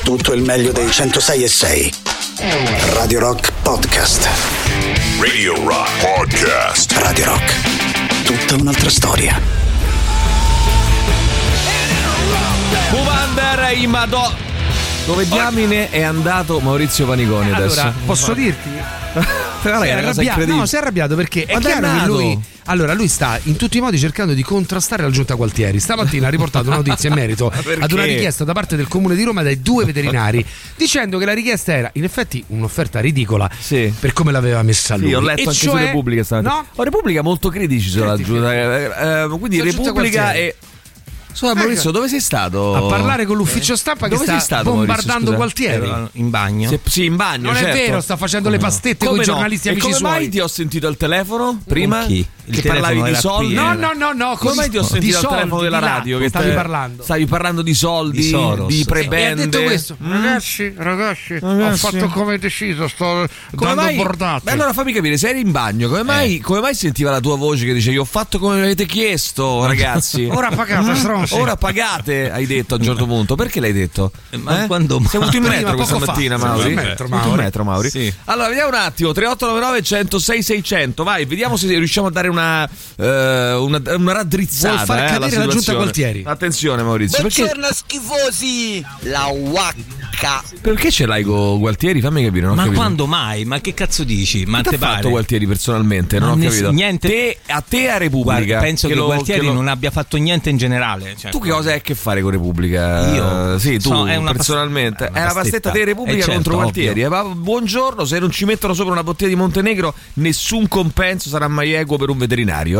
tutto il meglio dei 106.6. Radio Rock Podcast. Radio Rock Podcast. Radio Rock, tutta un'altra storia. Buvander in Madò. Dove diamine è andato Maurizio Paniconi adesso? Allora, posso dirti? Si è arrabbiato perché è chiaro che lui sta in tutti i modi cercando di contrastare la giunta Gualtieri. Stamattina ha riportato una notizia in merito ad una richiesta da parte del Comune di Roma dai 2 veterinari, dicendo che la richiesta era in effetti un'offerta ridicola per come l'aveva messa lui. Sì, ho letto anche su Repubblica stamattina. Repubblica molto critici sulla giunta, quindi Repubblica e... Scusa Maurizio, dove sei stato? A parlare con l'ufficio stampa che sta bombardando Gualtieri. In bagno. Sì, in bagno. Non è vero, sta facendo le pastette con i giornalisti amici suoi. Come mai ti ho sentito al telefono prima? Chi? Che parlavi di soldi? No. Come mai ti ho sentito al telefono della radio? Che stavi parlando? Stavi parlando di soldi, di prebende. E ha detto questo. Ragazzi, ho fatto come deciso, sto dando bordate. Allora fammi capire, se eri in bagno, come mai sentiva la tua voce che dice io ho fatto come mi avete chiesto, ragazzi? Ora pagate, stronzi. Ora pagate, hai detto a un certo punto. Perché l'hai detto? Ma quando sei avuto in metro questa mattina, Mauri? Un metro, Mauri. Sì. Allora, vediamo un attimo. 3899 106 600. Vai, vediamo se riusciamo a dare una raddrizzata. Vuol far cadere la giunta Gualtieri. Attenzione, Maurizio. Buongiorno schifosi. La wacca. Perché ce l'hai con Gualtieri? Fammi capire. Non ho capito. Quando mai? Ma che cazzo dici? Ma te pare? Fatto Gualtieri personalmente? Non ho capito. Niente. A te a Repubblica. Guarda, penso che Gualtieri non abbia fatto niente in generale. Tu che cosa hai a che fare con Repubblica? Io? Sì, tu personalmente. È una pastetta di Repubblica contro Gualtieri. Buongiorno, se non ci mettono sopra una bottiglia di Montenegro, nessun compenso sarà mai equo per un veterinario.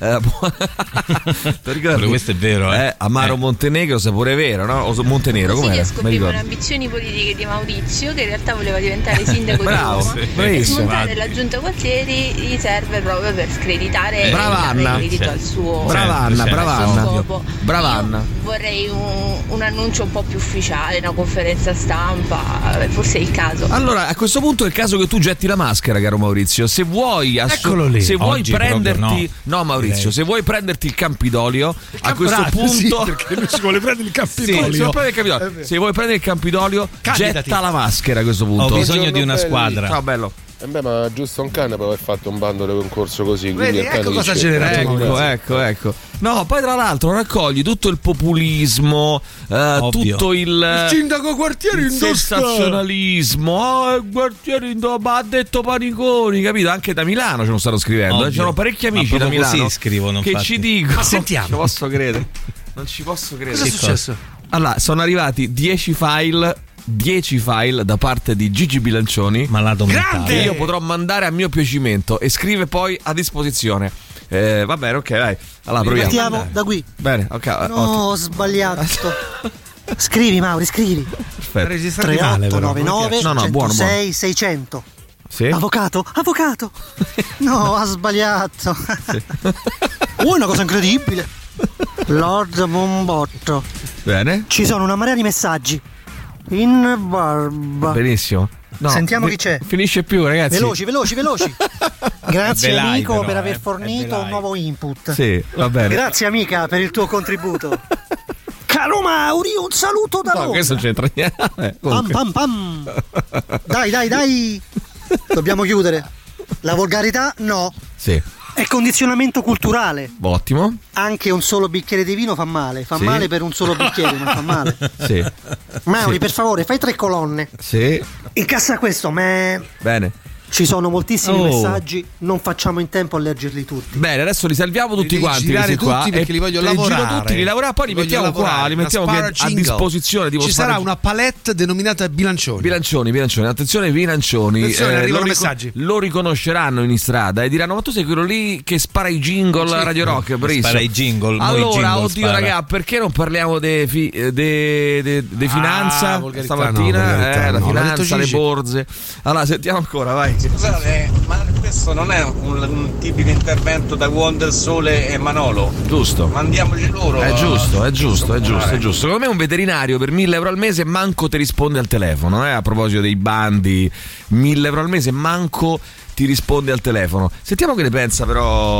Questo è vero. Amaro Montenegro, sapore vero, no? O Montenegro, così com'era? Scoprivo le ambizioni politiche di Maurizio, che in realtà voleva diventare sindaco di Roma. Bravissimo. E smontare la giunta Gualtieri gli serve proprio per screditare e dare credito al suo scopo. Bravanna. Vorrei un annuncio un po' più ufficiale, una conferenza stampa, forse è il caso. Allora, a questo punto è il caso che tu getti la maschera, caro Maurizio. Se vuoi se vuoi prenderti Maurizio, se vuoi prenderti il Campidoglio, a questo punto perché lui si vuole prendere il Campidoglio. Se vuoi prendere il Campidoglio, getta la maschera a questo punto. Ho bisogno di una squadra. Ciao bello. Ma giusto un cane per aver fatto un bandolo concorso così. Vedi, ecco cosa ha generato. Ecco. No, poi tra l'altro raccogli tutto il populismo, tutto il sindaco Gualtieri il sensazionalismo. Gualtieri ma ha detto Paniconi, capito? Anche da Milano ce lo stanno scrivendo. Ci sono parecchi amici da Milano scrivono, che ci dicono. Ma sentiamo. Non ci posso credere. Cosa è successo? Allora, sono arrivati 10 file da parte di Gigi Bilancioni, malato mentale, che io potrò mandare a mio piacimento, e scrive poi a disposizione. Va bene, ok, vai. Allora proviamo. Partiamo da qui. Bene, ok. No, ho sbagliato. Scrivi, Mauri, scrivi. Aspetta. 3899 buono. 106 600. Sì? Avvocato? No, ha sbagliato. Una cosa incredibile. Lord Bombotto. Bene. Ci sono una marea di messaggi. In barba. Benissimo. No, sentiamo chi c'è. Finisce più, ragazzi. Veloci. Grazie amico per aver fornito un nuovo input. Sì, va bene. Grazie amica per il tuo contributo. Caro Mauri, un saluto da Londra. No, questo c'entra niente. Pam. Dai. Dobbiamo chiudere. La volgarità no. Sì. È condizionamento culturale. Ottimo. Anche un solo bicchiere di vino fa male. Fa male per un solo bicchiere, ma fa male. Sì. Mauri, per favore, fai 3 colonne. Sì. Incassa questo, Bene. Ci sono moltissimi messaggi, non facciamo in tempo a leggerli tutti. Bene, adesso li salviamo tutti quanti questi qua, perché li voglio lavorare. Giro tutti, li lavoriamo, poi li mettiamo qua, li mettiamo a disposizione. Ci sarà una palette denominata Bilancioni. Attenzione Bilancioni. Arrivano messaggi. Lo riconosceranno in strada e diranno: ma tu sei quello lì che spara i jingle Radio Rock? Spara i jingle. Allora, raga, perché non parliamo di finanza stamattina? La finanza, le borse. Allora, sentiamo ancora, vai. Scusate, ma questo non è un tipico intervento da Wonder Sole e Manolo? Giusto. Mandiamoci loro. È giusto. Secondo me un veterinario per 1.000 euro al mese manco ti risponde al telefono, a proposito dei bandi, 1.000 euro al mese manco ti risponde al telefono. Sentiamo che ne pensa però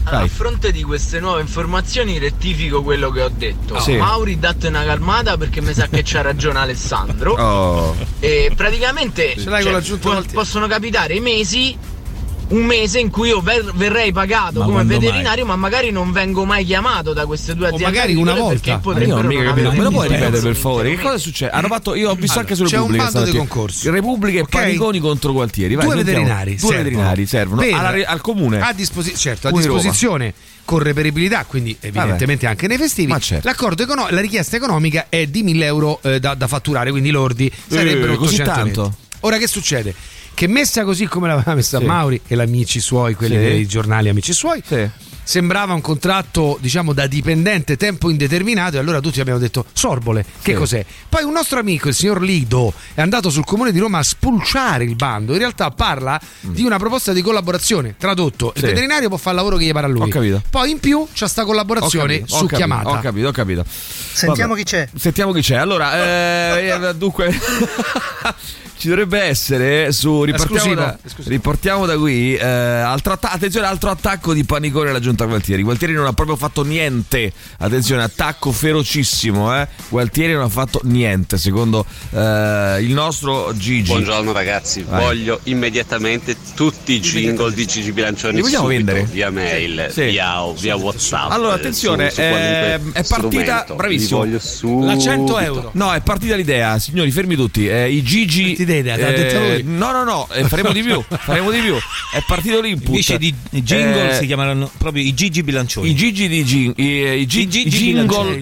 A fronte di queste nuove informazioni rettifico quello che ho detto. Sì. Mauri, date una calmata perché mi sa che c'ha ragione Alessandro. E praticamente possono capitare i mesi, un mese in cui io verrei pagato come veterinario, ma magari non vengo mai chiamato da queste due aziende. O magari una volta. Me lo puoi ripetere per favore? Che cosa succede? Hanno fatto, io ho visto anche su Repubblica. C'è un bando di concorsi. Repubblica e Paniconi contro Gualtieri. Due veterinari servono al comune. A disposizione con reperibilità, quindi evidentemente anche nei festivi. La richiesta economica è di 1.000 euro da fatturare, quindi lordi sarebbero 800. Ora che succede? Che messa così come l'aveva messa Mauri e gli amici suoi, quelli dei giornali amici suoi, sembrava un contratto, diciamo, da dipendente tempo indeterminato, e allora tutti abbiamo detto Sorbole, che cos'è? Poi un nostro amico, il signor Lido, è andato sul Comune di Roma a spulciare il bando. In realtà parla di una proposta di collaborazione, tradotto, il veterinario può fare il lavoro che gli pare a lui. Ho capito. Poi in più c'è sta collaborazione su chiamata. Ho capito. Sentiamo chi c'è. Allora, dunque ci dovrebbe essere riportiamo da qui attenzione, altro attacco di Paniconi alla giunta Gualtieri. Gualtieri non ha proprio fatto niente, attenzione, attacco ferocissimo, Gualtieri non ha fatto niente secondo il nostro Gigi. Buongiorno ragazzi, voglio immediatamente tutti i jingle di Gigi Bilancioni. Li vogliamo vendere? Via mail, via WhatsApp. Allora attenzione, è partita, bravissimo, la 100 euro. No, è partita l'idea, signori, fermi tutti, i Gigi no, faremo di più. È partito l'input. Invece di jingle si chiameranno proprio i Gigi Bilancioni. I Gigi di jingle.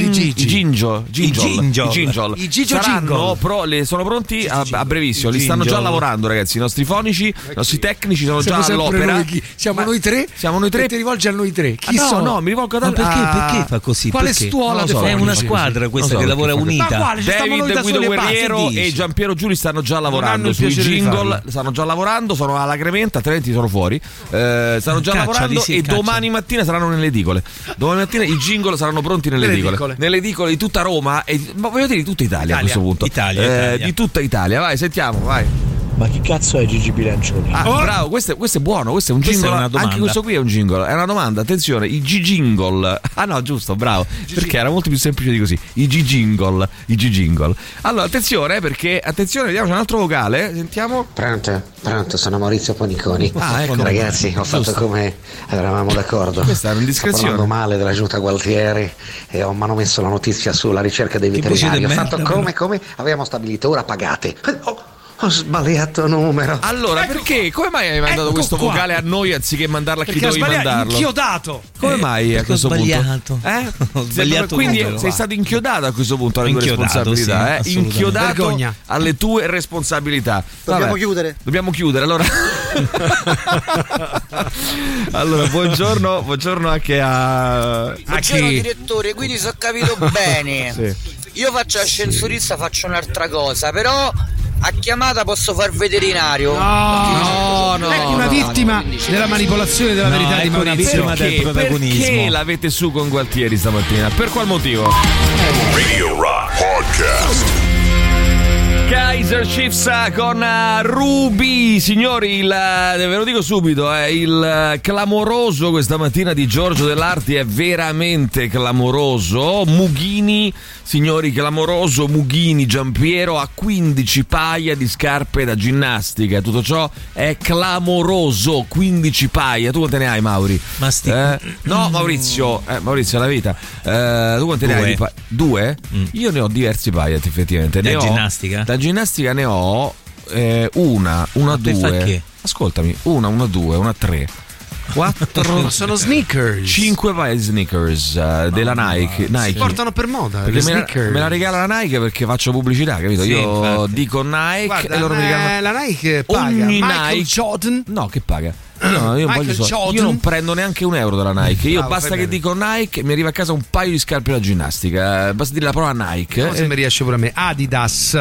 Sono pronti a brevissimo. Li stanno già lavorando, ragazzi. I nostri fonici, i nostri tecnici sono già all'opera. Siamo noi tre. E ti rivolgi a noi tre. Chi sono? No, mi rivolgo a perché fa così? Quale stuola? È una squadra questa che lavora unita. David Guido Guerriero e Giampiero Giuli stanno già lavorando sui jingle, stanno già lavorando, sono all'agremente, altrimenti sono fuori. Stanno già lavorando e domani mattina saranno nelle edicole. Domani mattina i jingle saranno pronti nelle edicole di tutta Roma ma voglio dire di tutta Italia a questo punto. Italia. Di tutta Italia, vai, sentiamo, vai. Ma chi cazzo è Gigi Bilancioni? Bravo, questo è buono, questo è un jingle. Anche questo qui è un jingle, è una domanda, attenzione, i G-jingle. No, giusto, bravo. Perché era molto più semplice di così. I G-jingle. Allora, attenzione, perché vediamo, c'è un altro vocale, sentiamo. Pronto, sono Maurizio Paniconi. Ecco. Ragazzi, ho fatto come eravamo d'accordo. Questa è un'indiscrezione. Sto parlando male della giunta Gualtieri e mi hanno messo la notizia sulla ricerca dei veterinari. Ho fatto come avevamo stabilito, ora pagate. Ho sbagliato numero. Allora, perché? Come mai hai mandato questo vocale a noi anziché mandarlo a chi dovevi mandarlo? Inchiodato. Come mai a questo punto? Quindi numero, sei stato inchiodato a questo punto alle tue responsabilità, inchiodato alle tue responsabilità. Dobbiamo chiudere. Allora, buongiorno anche a Buongiorno direttore, quindi se ho capito bene. Io faccio ascensorista, faccio un'altra cosa, però a chiamata posso far veterinario. No. È una vittima della manipolazione della verità di Maurizio. Perché l'avete su con Gualtieri stamattina? Per qual motivo? Radio Rock Podcast. Kaiser Chiefs con Ruby, signori, ve lo dico subito, il clamoroso questa mattina di Giorgio Dell'Arti è veramente clamoroso. Mughini, signori, clamoroso. Mughini, Giampiero ha 15 paia di scarpe da ginnastica. Tutto ciò è clamoroso. 15 paia. Tu quante ne hai, Mauri? No, Maurizio è la vita. Tu quante ne hai? 2? Io ne ho diversi paia, effettivamente. Da ginnastica? Da ginnastica ne ho una, 2. Ascoltami, una, 2, una 3. 4 sono sneakers. 5 paia di sneakers della Nike. Si portano per moda. Me la regala la Nike perché faccio pubblicità, capito? Sì, io infatti. Dico Nike. Guarda, e loro mi regalano. La Nike paga. Ogni Michael Nike. Jordan. No, che paga. No, io non prendo neanche un euro dalla Nike. Io basta che dico Nike, mi arriva a casa un paio di scarpe da ginnastica. Basta dire la parola Nike. Se mi riesce pure a me. Adidas.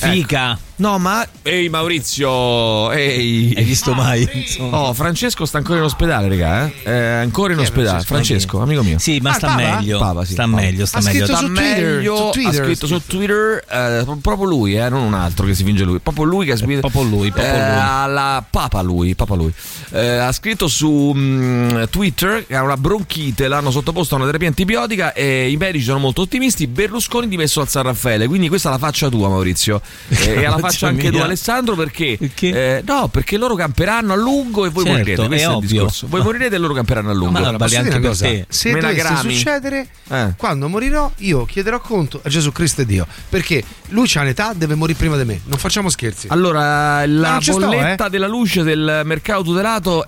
Fica. No, ma ehi Maurizio, ehi. Hai visto mai? Insomma. Oh, Francesco sta ancora in ospedale, raga, ancora in ospedale. Francesco, amico mio. Sì, ma sta meglio. Papa, sì, sta meglio. Ha scritto su Twitter, proprio lui, non un altro che si finge lui. Proprio lui che ha scritto. Proprio lui. Papa lui. Ha scritto su Twitter che ha una bronchite, l'hanno sottoposto a una terapia antibiotica e i medici sono molto ottimisti. Berlusconi dimesso al San Raffaele, quindi questa la faccia tua, Maurizio. E la faccia anche tu, Alessandro, perché no, perché loro camperanno a lungo e voi morirete. Questo è il discorso. Voi morirete e loro camperanno a lungo. Ma allora, vale anche per te. Se dovesse succedere, quando morirò, io chiederò conto a Gesù Cristo e Dio, perché lui c'ha un'età, deve morire prima di me. Non facciamo scherzi. Allora, la bolletta della luce del mercato tutelato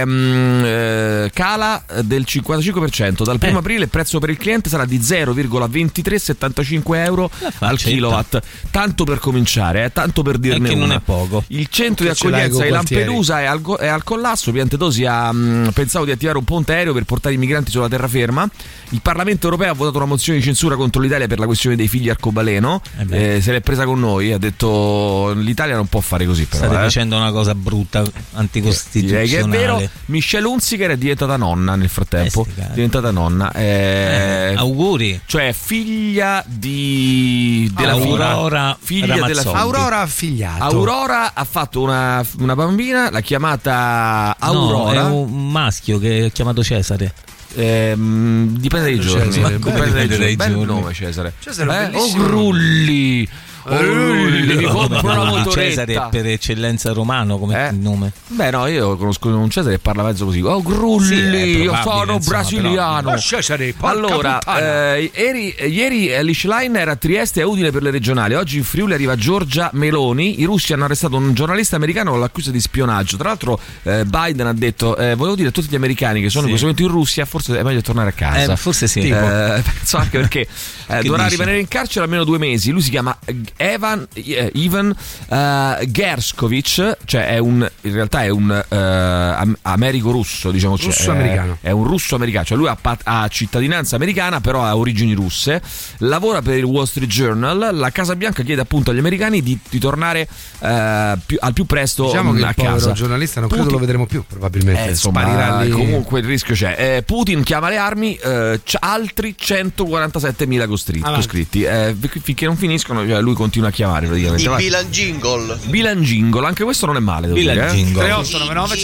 cala del 55%. Dal 1 aprile il prezzo per il cliente sarà di 0,2375 euro al kilowatt. Tanto per cominciare, tanto per dirne che una. Non è poco. Il centro di accoglienza di Lampedusa è al collasso. Piantedosi ha pensato di attivare un ponte aereo per portare i migranti sulla terraferma. Il Parlamento europeo ha votato una mozione di censura contro l'Italia per la questione dei figli arcobaleno. Se l'è presa con noi, ha detto l'Italia non può fare così. Però, state facendo una cosa brutta, anticostituzionale. Che è vero. Michelle Hunziker è diventata nonna nel frattempo. Diventata nonna. Auguri. Cioè figlia della Aurora. Figlia della Aurora affiliato. Aurora ha fatto una bambina, l'ha chiamata Aurora. No, è un maschio che è chiamato Cesare. Dipende dai giorni. Dipende dai Bel giorni. nome Cesare. Oh Grulli. Devi comprare una motoretta. Cesare per eccellenza romano come nome. Beh no, io conosco un Cesare che parla mezzo così. Oh Grulli, io sono brasiliano. Però... Cesare, allora, ieri Lish Line era a Trieste e Udine per le regionali. Oggi in Friuli arriva Giorgia Meloni. I russi hanno arrestato un giornalista americano con l'accusa di spionaggio. Tra l'altro Biden ha detto volevo dire a tutti gli americani che sono in questo momento in Russia, forse è meglio tornare a casa. Forse sì. Penso anche perché dovrà rimanere in carcere almeno 2 mesi. Lui si chiama Ivan Gershkovich, cioè in realtà è un americo-russo, diciamo, russo-americano. È un russo-americano, cioè lui ha cittadinanza americana però ha origini russe, lavora per il Wall Street Journal. La Casa Bianca chiede appunto agli americani di tornare al più presto diciamo che a il casa. povero giornalista non credo lo vedremo più, probabilmente sparirà lì. Comunque il rischio c'è. Putin chiama le armi, altri 147.000 coscritti, finché non finiscono, cioè lui continua a chiamare praticamente. Il Bilangingol, anche questo non è male, devo dire. 3899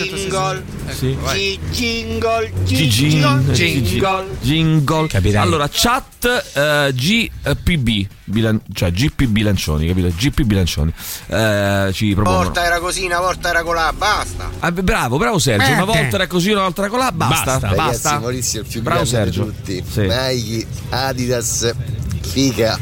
Jingle. Allora, chat GPB, cioè GP Bilancioni, capito? GP Bilancioni. Ci propongono. Volta era così, una volta era colà, basta. Bravo Sergio, una volta era così, una volta era colà, basta. Ragazzi, Maurizio è il più bravo grande Sergio. di tutti. Sì. Nike, Adidas, figa.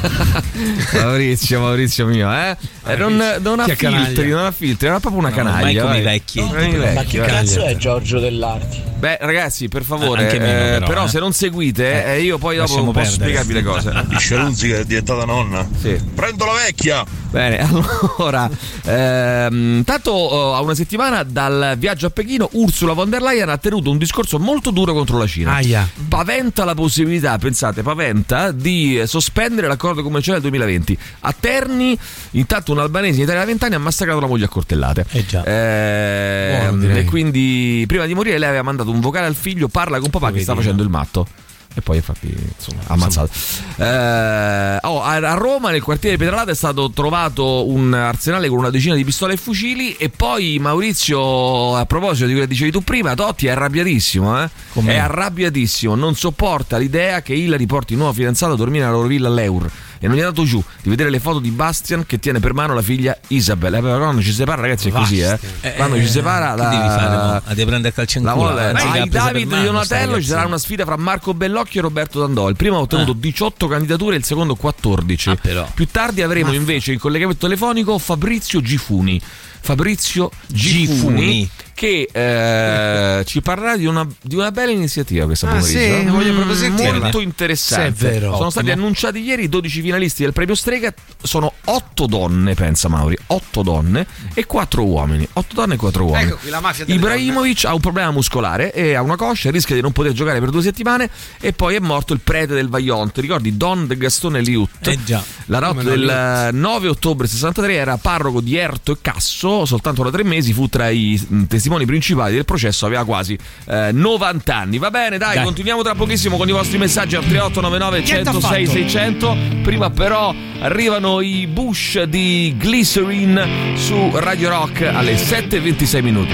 Maurizio mio, non ha filtri, era proprio una canaglia. Come i vecchi. Ma che cazzo è Giorgio Dell'Arti? Beh, ragazzi, per favore, anche meno, però se non seguite, io poi dopo non posso spiegarvi le cose. Scelunzi che è diventata nonna. Sì. Prendo la vecchia. Bene, allora, tanto a una settimana dal viaggio a Pechino, Ursula von der Leyen ha tenuto un discorso molto duro contro la Cina. Paventa la possibilità, pensate, di sospendere l'accordo commerciale del 2020. A Terni, intanto un albanese in Italia da 20 anni ha massacrato la moglie a coltellate. E quindi prima di morire lei aveva mandato un vocale al figlio: parla con papà che sta facendo il matto. E poi infatti insomma ammazzato. A Roma nel quartiere di Pietralata è stato trovato un arsenale con una decina di pistole e fucili. E poi Maurizio, a proposito di quello che dicevi tu prima, Totti è arrabbiatissimo, è arrabbiatissimo, non sopporta l'idea che Hillary porti il nuovo fidanzato a dormire nella loro villa all'Eur e non gli è dato giù di vedere le foto di Bastian che tiene per mano la figlia Isabel. Quando ci separa, ragazzi, è così, quando ci separa che devi fare, devi prendere a calcio in culo. Ai David di Donatello ci sarà una sfida fra Marco Bellocchio e Roberto D'Andò. Il primo ha ottenuto 18 candidature e il secondo 14. Più tardi avremo invece in collegamento telefonico Fabrizio Gifuni che ci parlerà di una bella iniziativa questa pomeriggio. Voglio proprio sentirla. Molto interessante. Sì, è vero. Sono stati annunciati ieri 12 finalisti del premio Strega sono 8 donne, pensa Mauri, 8 donne e 4 uomini. 8 donne e 4 uomini. Ecco qui la mafia delle Ibrahimovic ha un problema muscolare e ha una coscia, rischia di non poter giocare per 2 settimane e poi è morto il prete del Vaillant. Ti ricordi Don de Gastone Liut? Già. La notte del 9 ottobre 63 era parroco di Erto e Casso, soltanto da 3 mesi fu tra i testimoni principali del processo, aveva quasi 90 anni. Va bene, dai, continuiamo tra pochissimo con i vostri messaggi al 3899 106 600. Prima però arrivano i Bush di Glycerin su Radio Rock alle 7:26 minuti.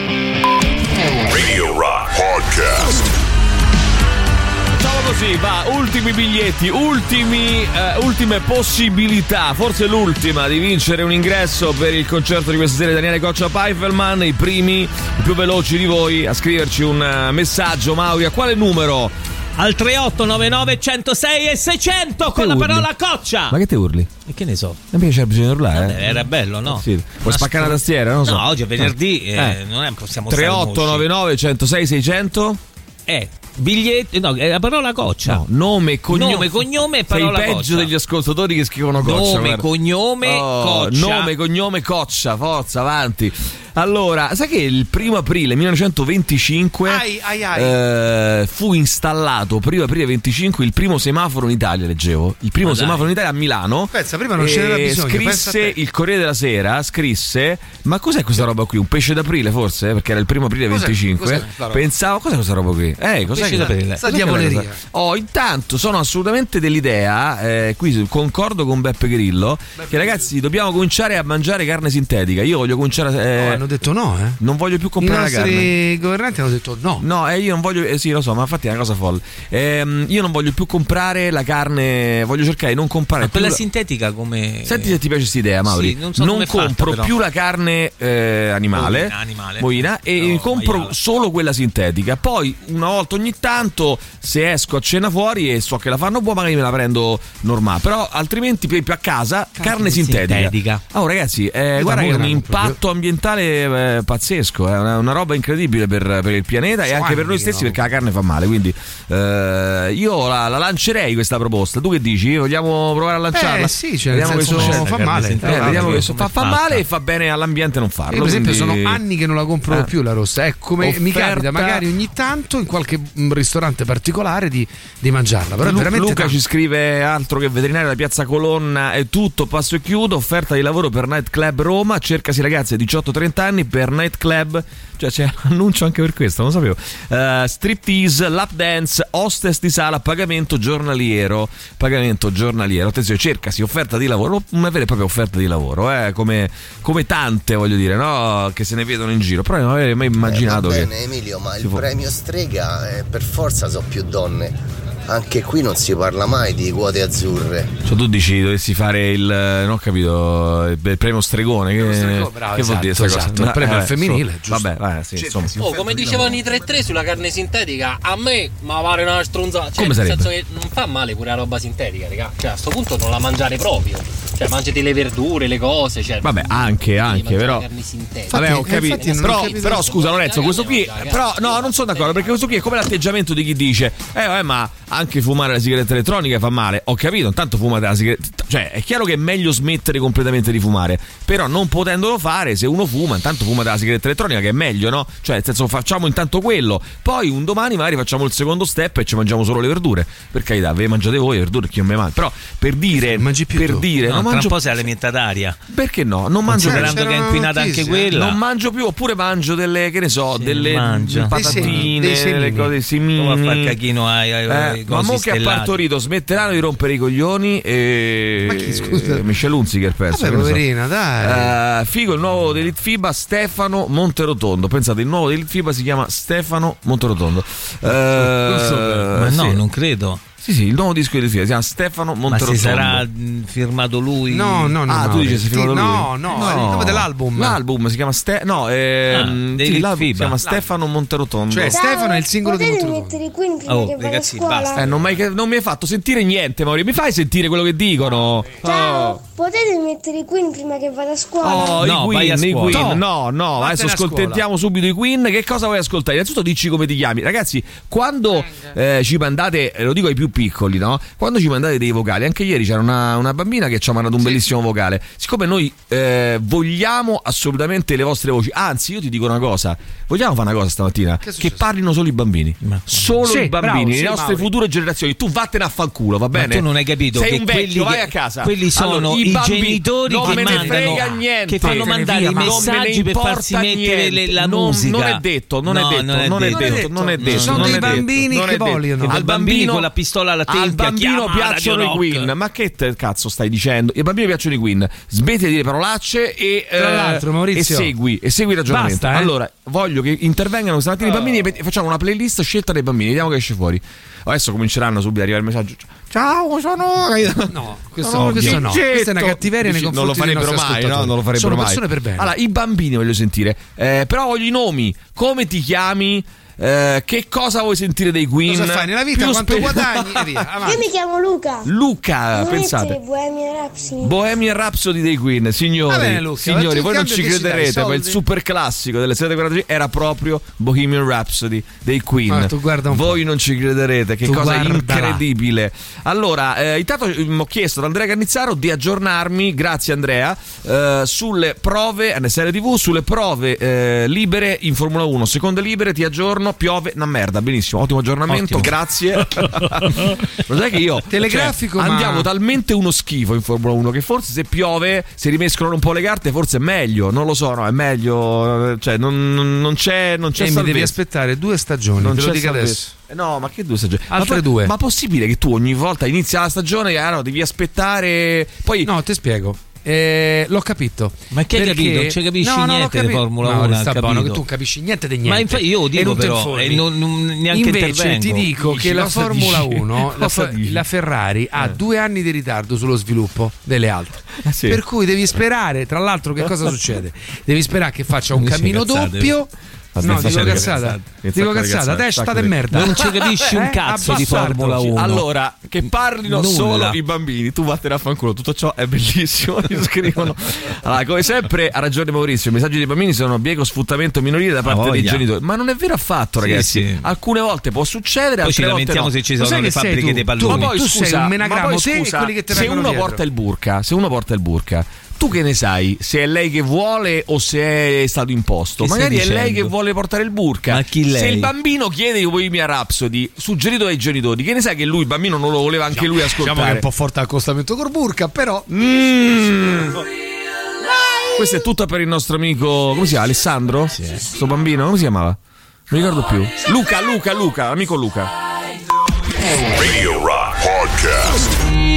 Radio Rock Podcast. Facciamo così, va, ultimi biglietti, ultime possibilità, forse l'ultima di vincere un ingresso per il concerto di questa sera di Daniele Coccia Pfeifferman. I più veloci di voi a scriverci un messaggio. Mauri, a quale numero? Al 3899 106 e 600 con la parola Coccia. Ma che te urli? E che ne so? Non mi piace, bisogna urlare. Era bello, no? Sì. Puoi spaccare la tastiera, non lo so. No, oggi è venerdì, non è, possiamo 3899 106 600. Biglietti, no, è la parola Coccia. No, nome, cognome e parola Coccia. Sei peggio Coccia. degli ascoltatori che scrivono Coccia. Nome, cognome, Coccia. Nome, cognome, Coccia. Forza, avanti. Allora, sai che il 1 aprile 1925 fu installato, 1 aprile 25, il primo semaforo in Italia, leggevo. Il primo semaforo in Italia a Milano. Pensa, prima non ce n'era bisogno. Scrisse il Corriere della Sera, ma cos'è questa roba qui? Un pesce d'aprile forse? Perché era il 1 aprile 25. Pensavo, cos'è questa roba qui? Cos'è d'aprile? Sta diavoleria. Intanto sono assolutamente dell'idea, qui concordo con Beppe Grillo, che ragazzi dobbiamo cominciare a mangiare carne sintetica. Io voglio cominciare hanno detto no, non voglio più comprare la carne. I governanti hanno detto no. No, io non voglio, sì lo so, ma infatti è una cosa folle. Io non voglio più comprare la carne, voglio cercare di non comprare quella sintetica come. Senti se ti piace questa idea, Mauri. Sì, non compro fatta, più la carne animale bovina e compro solo quella sintetica. Poi una volta ogni tanto, se esco a cena fuori e so che la fanno buona, magari me la prendo normale. Però altrimenti più a casa carne sintetica. Oh ragazzi, guarda che è un impatto ambientale pazzesco, è una roba incredibile per il pianeta e anche per noi stessi, perché la carne fa male. Quindi io la lancerei questa proposta. Tu che dici? Vogliamo provare a lanciarla? Sì, cioè, vediamo che fa male. Vediamo che fa male e fa bene all'ambiente non farlo. Io per esempio sono anni che non la compro più la rossa. È come mi capita magari ogni tanto in qualche ristorante particolare di mangiarla. Però veramente Luca ci scrive: altro che veterinario da Piazza Colonna, è tutto, passo e chiudo. Offerta di lavoro per Night Club Roma, cercasi ragazzi 18-30 anni per Night Club, cioè c'è annuncio anche per questo, non sapevo. Striptease, lap dance, hostess di sala, pagamento giornaliero. Attenzione, cercasi offerta di lavoro, una vera e propria offerta di lavoro, come tante, voglio dire, no? Che se ne vedono in giro. Però non avrei mai immaginato va bene, Emilio, ma il premio Strega per forza so più donne. Anche qui non si parla mai di quote azzurre. Cioè tu dici dovessi fare il, non ho capito, il premio Stregone, bravo, che vuol dire esatto, il premio al femminile, giusto. Vabbè, sì, insomma. Come dicevano i 3-3 sulla carne sintetica, a me ma pare una stronzata, cioè, come nel senso che non fa male pure la roba sintetica, raga. Cioè a sto punto non la mangiare proprio. Cioè mangiati le verdure, le cose, cioè. Vabbè, anche però. Vabbè, ho capito. Però scusa Lorenzo, questo qui però no, non sono d'accordo, perché questo qui è come l'atteggiamento di chi dice ma anche fumare la sigaretta elettronica fa male. Ho capito, intanto fumate la sigaretta, cioè è chiaro che è meglio smettere completamente di fumare, però non potendolo fare, se uno fuma, intanto fumate la sigaretta elettronica, che è meglio, no? Cioè nel senso, facciamo intanto quello, poi un domani magari facciamo il secondo step e ci mangiamo solo le verdure, per carità, ve mangiate voi le verdure, chi non me mangio, però per dire non mangio, tra un po' sei alimentataria, perché no? Non mangio, sperando che è inquinata anche quella, non mangio più, oppure mangio delle, che ne so, delle patatine, delle cose simili, come a far cachino ai ma mo che ha partorito smetteranno di rompere i coglioni e ma chi, scusa? Michelle Hunziker penso. Vabbè, poverina, dai. Figo il nuovo dell'Elite FIBA, Stefano Monterotondo. Pensate, il nuovo dell'Elite FIBA si chiama Stefano Monterotondo. Ma no, sì. Non credo. Sì, il nuovo disco di Fia si chiama Stefano Monterotondo. Ma si sarà firmato lui? No. Tu dici si è firmato lui? No, è il nome dell'album. L'album si chiama si chiama Stefano Monterotondo. Cioè Stefano è il singolo di Monterotondo. Mettere qui prima che ragazzi, vado a scuola. Non mi hai fatto sentire niente, Maurizio. Mi fai sentire quello che dicono? Ciao, potete mettere i Queen prima che vado a scuola? No, i Queen. No, adesso ascoltiamo subito i Queen. Che cosa vuoi ascoltare? Innanzitutto dici come ti chiami. Ragazzi, quando ci mandate, lo dico ai più piccoli, no? Quando ci mandate dei vocali, anche ieri c'era una bambina che ci ha mandato un bellissimo vocale. Siccome noi vogliamo assolutamente le vostre voci, anzi io ti dico una cosa, vogliamo fare una cosa stamattina, che parlino solo i bambini, solo i bambini, le nostre future generazioni. Tu vattene a fanculo, va bene? Ma tu non hai capito sei che un vecchio, vai a casa. Quelli sono i genitori non che me ne frega mandano, niente, che fanno mandare i messaggi per farsi mettere la musica. Non è detto. Sono dei bambini che vogliono. Al bambino con la pistola alla tempia, al bambino piacciono i Queen. Ma che cazzo stai dicendo? Ai bambini piacciono i Queen. Smetti di dire parolacce e tra l'altro, Maurizio, segui il ragionamento. Basta, Allora, voglio che intervengano stamattina i bambini e facciamo una playlist scelta dai bambini, vediamo che esce fuori. Adesso cominceranno subito ad arrivare il messaggio. Ciao, sono. No, questo no. Questa è una cattiveria nei confronti. Non lo farebbero mai, no? Non lo farebbero sono mai. Persone per bene. Allora, i bambini voglio sentire. Però voglio i nomi. Come ti chiami? Che cosa vuoi sentire dei Queen? Cosa fai nella vita? Quanto guadagni? E via. Io mi chiamo Luca. Pensate. Bohemian Rhapsody dei Queen, signori. Bene, Luca, signori, voi non ci crederete, ma il super classico delle 7:45 era proprio Bohemian Rhapsody dei Queen. Voi non ci crederete, che cosa incredibile. Allora, intanto ho chiesto ad Andrea Cannizzaro di aggiornarmi, grazie Andrea, sulle prove NSL TV, sulle prove libere in Formula 1. Seconde libere, ti aggiorno. Piove una merda, benissimo, ottimo aggiornamento, grazie. Lo sai che io telegrafico, andiamo talmente uno schifo in Formula 1 che forse se piove, se rimescolano un po' le carte, forse è meglio, non lo so, no, è meglio, cioè non c'è salvezza. Mi devi aspettare 2 stagioni, non te lo dico adesso. No, ma che 2 stagioni? Altre 2. Ma possibile che tu ogni volta inizia la stagione e no, devi aspettare poi. No, ti spiego. L'ho capito. Ma che hai capito? Non ci capisci niente di Formula 1. Sta buono che tu capisci niente di niente. Ma infatti io dico però neanche invece ti dico che la Formula 1 la Ferrari ha 2 anni di ritardo sullo sviluppo delle altre. Sì. Per cui devi sperare, tra l'altro, che cosa succede? Devi sperare che faccia un cammino doppio. No, dico cazzata, testa de merda. Non ci capisci un cazzo di Formula 1. Allora, che parlino solo i bambini. Tu vattene a fanculo, tutto ciò è bellissimo. Mi scrivono. Allora, come sempre, ha ragione Maurizio. I messaggi dei bambini sono bieco sfruttamento minorile da parte dei genitori. Ma non è vero affatto, ragazzi. Sì. Alcune volte può succedere, poi ci lamentiamo se ci sono le fabbriche dei palloni. Ma poi scusa, se uno porta il burka, tu che ne sai se è lei che vuole o se è stato imposto? Magari è lei che vuole portare il burka. Ma chi lei? Se il bambino chiede i Bohemian Rhapsody suggerito dai genitori, che ne sai che lui, il bambino, non lo voleva anche lui ascoltare? Diciamo che è un po' forte l'accostamento col burka, però. Questo è tutto per il nostro amico, come si chiama? Alessandro? Sì. Sto bambino, come si chiamava? Non mi ricordo più. Luca, amico Luca. Radio Rock Podcast.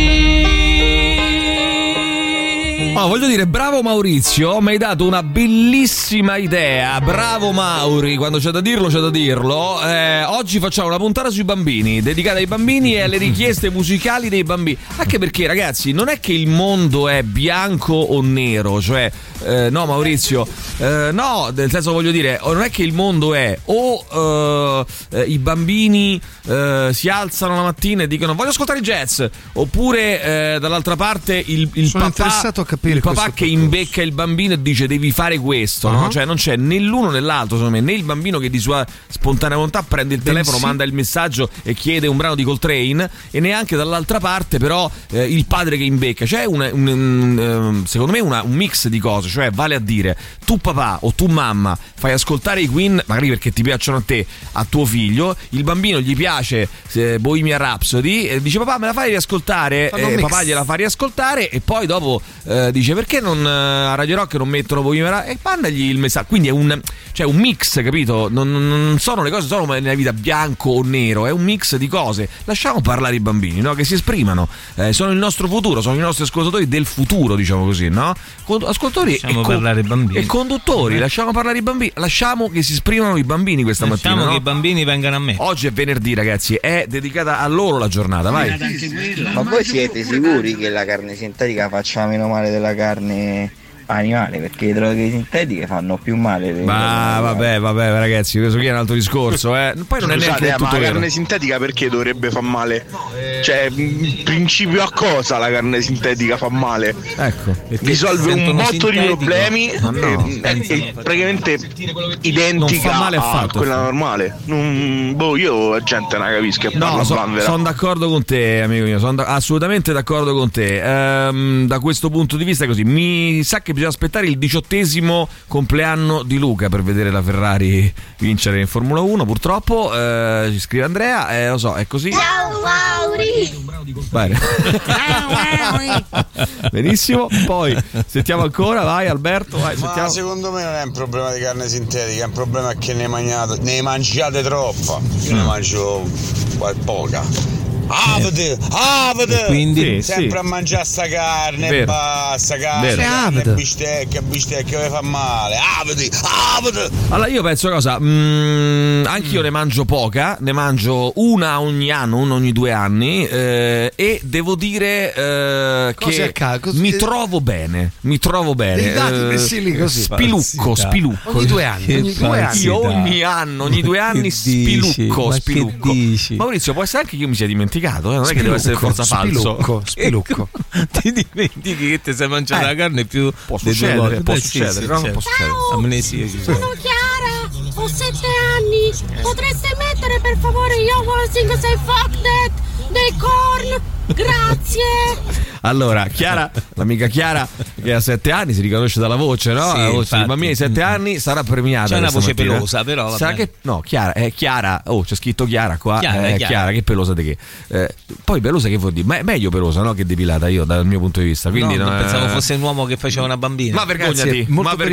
Voglio dire, bravo Maurizio, mi hai dato una bellissima idea. Bravo Mauri, quando c'è da dirlo, c'è da dirlo. Oggi facciamo una puntata sui bambini, dedicata ai bambini e alle richieste musicali dei bambini. Anche perché, ragazzi, non è che il mondo è bianco o nero, cioè, no Maurizio, no, nel senso, voglio dire, non è che il mondo è o i bambini si alzano la mattina e dicono voglio ascoltare il jazz, oppure dall'altra parte il papà che imbecca il bambino e dice devi fare questo, no? Cioè non c'è né l'uno né l'altro, secondo me, né il bambino che di sua spontanea volontà prende il telefono, manda il messaggio e chiede un brano di Coltrane, e neanche dall'altra parte però il padre che imbecca. C'è secondo me un mix di cose, cioè vale a dire, tu papà o tu mamma fai ascoltare i Queen magari perché ti piacciono a te, a tuo figlio, il bambino gli piace Bohemian Rhapsody e dice papà me la fai riascoltare, papà gliela fa riascoltare e poi dopo dice perché non a Radio Rock non mettono Bohemian Rhapsody e mandagli il messaggio. Quindi è un mix, capito? Non sono le cose solo nella vita bianco o nero, è un mix di cose. Lasciamo parlare i bambini, no? Che si esprimano, sono il nostro futuro, sono i nostri ascoltatori del futuro, diciamo così, no? Ascoltatori parlare bambini e conduttori, lasciamo parlare i bambini, lasciamo che si esprimano i bambini questa mattina. Lasciamo che i bambini vengano a me. Oggi è venerdì, ragazzi, è dedicata a loro la giornata, vai. Ma voi siete sicuri che la carne sintetica faccia meno male della carne animale, perché le droghe sintetiche fanno più male. Ma vabbè ragazzi, questo qui è un altro discorso, Poi non è neanche tutto ma la vero. carne sintetica perché dovrebbe far male? Cioè, in principio a cosa la carne sintetica fa male? Ecco, risolve un botto di problemi, è praticamente identica non fa male a quella normale. Io la gente non capisco che parla vanvera. Sono d'accordo con te, amico mio, sono assolutamente d'accordo con te. Da questo punto di vista è così. Mi sa che bisogna aspettare il 18° compleanno di Luca per vedere la Ferrari vincere in Formula 1, purtroppo. Ci scrive Andrea, lo so, è così. Ciao Mauri. Bene. Benissimo, poi sentiamo ancora, vai Alberto, vai, ma sentiamo. Secondo me non è un problema di carne sintetica, è un problema che ne mangiate troppa. Io ne mangio poca. Quindi sempre a mangiare sta carne, vero. basta carne, bistecca, che fa male. Allora io penso cosa, anch'io ne mangio poca, ne mangio una ogni anno, una ogni 2 anni, e devo dire che mi trovo bene. Spilucco. Ogni 2 anni. Io ogni due anni spilucco. Maurizio, può essere anche che io mi sia dimenticato, non è che deve essere forza falso. Spilucco. Ti dimentichi che ti sei mangiato la carne più può succedere, può succedere. Amnesia. Sono Chiara, ho 7 anni. Potreste mettere per favore You Wanna Sing Say Fuck That dei Korn? Grazie. Allora, Chiara, l'amica Chiara che ha 7 anni, si riconosce dalla voce, no? Sì, la voce infatti. di bambini di 7 anni sarà premiata. C'è una voce mattina. pelosa, però. Sarà che no, Chiara, è Chiara. Oh, c'è scritto Chiara qua. Chiara, che pelosa di che? Poi pelosa che vuol dire? Ma è meglio pelosa, no? Che depilata, io dal mio punto di vista. Quindi non pensavo fosse un uomo che faceva una bambina. Ma vergognati,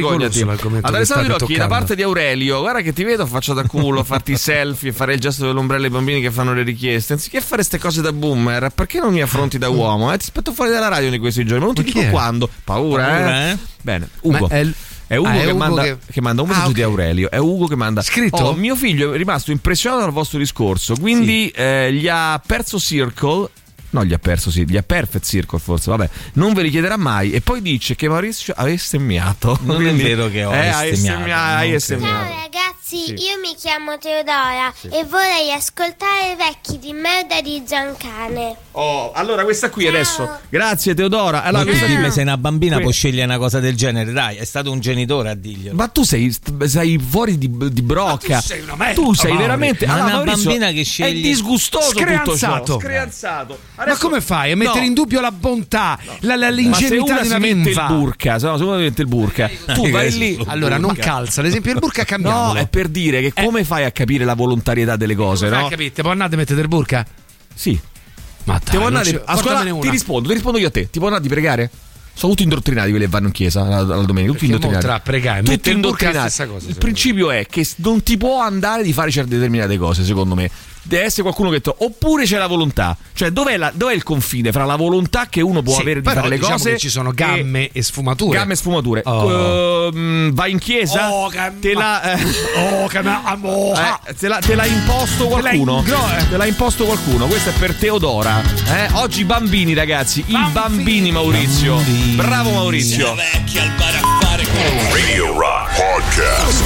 Alessandro Tirocchi, da parte di Aurelio, guarda che ti vedo faccia da culo, farti selfie e fare il gesto dell'ombrello ai bambini che fanno le richieste. Anziché fare queste cose da boomer, perché non mi affronti da uomo? Ti aspetto fuori dalla radio di questi giorni, ma non ti dico quando. Paura, eh? Bene, Ugo. È Ugo, che manda un messaggio di Aurelio. È Ugo che manda scritto. Mio figlio è rimasto impressionato dal vostro discorso, quindi gli ha perso Circle. No, gli ha Perfect Circle forse, vabbè, non ve li chiederà mai. E poi dice che Maurizio ha bestemmiato. Non quindi, è vero che ho bestemmiato. Ciao ragazzi, io mi chiamo Teodora e vorrei ascoltare Vecchi di merda di Giancane. Oh, allora questa qui adesso. Grazie Teodora. Allora, dimmi, se una bambina può scegliere una cosa del genere, dai, è stato un genitore a dirglielo. Ma tu sei fuori di brocca. Ma tu sei una merda. Tu sei veramente una Maurizio, bambina che sceglie. È disgustoso tutto ciò. Screanzato. Ma come fai a mettere in dubbio la bontà, l'ingenuità di una ninfa? Se uno mette il burka, tu vai lì. Allora non calza, ad esempio il burka cambiamolo. No, è per dire che come fai a capire la volontarietà delle cose, no? Capite? Può andare a mettere il burka? Sì. Ma dai, ti rispondo io a te. Ti può andare di pregare? Sono tutti indottrinati quelli che vanno in chiesa la domenica, tutti indottrinati. Tra pregare, tutti indottrinati. Il principio è che non ti può andare di fare certe determinate cose, secondo me. Deve essere qualcuno che oppure c'è la volontà, cioè dov'è il confine fra la volontà che uno può avere di fare le cose, che ci sono gamme e sfumature. Vai in chiesa, te l'ha imposto qualcuno. Te l'ha imposto qualcuno. Questo è per Teodora. Oggi bambini, ragazzi, i bambini, Maurizio. Bravo Maurizio. Radio Rock Podcast.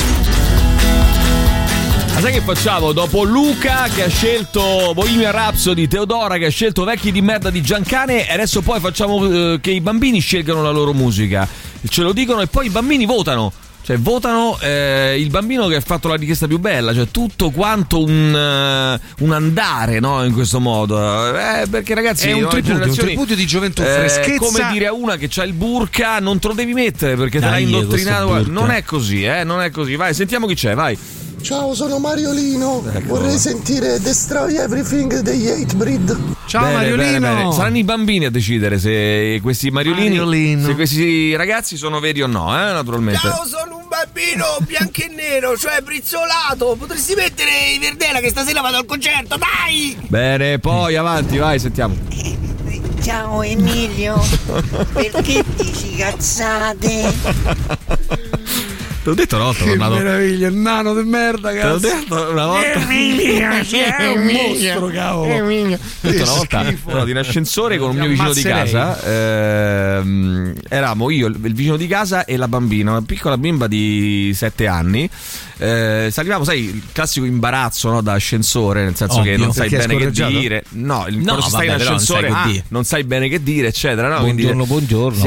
Ma sai che facciamo? Dopo Luca che ha scelto Bohemian Rhapsody, Teodora che ha scelto Vecchi di merda di Giancane, e adesso poi facciamo che i bambini scelgano la loro musica, ce lo dicono e poi i bambini votano. Cioè votano il bambino che ha fatto la richiesta più bella, cioè tutto quanto un andare, no, in questo modo, perché ragazzi è un tripudio di gioventù, freschezza. Come dire a una che c'ha il burka non te lo devi mettere perché te l'hai indottrinato. Non è così, non è così. Vai, sentiamo chi c'è, vai. Ciao, sono Mariolino. Vorrei sentire Destroy Everything degli Hatebreed. Ciao Mariolino. Bene. Saranno i bambini a decidere se questi Mariolini, se questi ragazzi sono veri o no, naturalmente. Ciao, sono un bambino bianco e nero, cioè brizzolato. Potresti mettere i Verdela che stasera vado al concerto, dai! Bene, poi avanti, vai, sentiamo. Ciao Emilio, perché dici cazzate? Te l'ho detto una volta. Che meraviglia, il nano di merda, cazzo. Te l'ho detto una volta. È un mostro, cavolo. Ho detto una volta ero in ascensore con un mio vicino di casa. Eravamo io, il vicino di casa e la bambina, una piccola bimba di 7 anni. Salivamo, sai, il classico imbarazzo, no, da ascensore, nel senso che non sai bene che dire. No, quando stai in ascensore non sai bene che dire, eccetera. No? Buongiorno.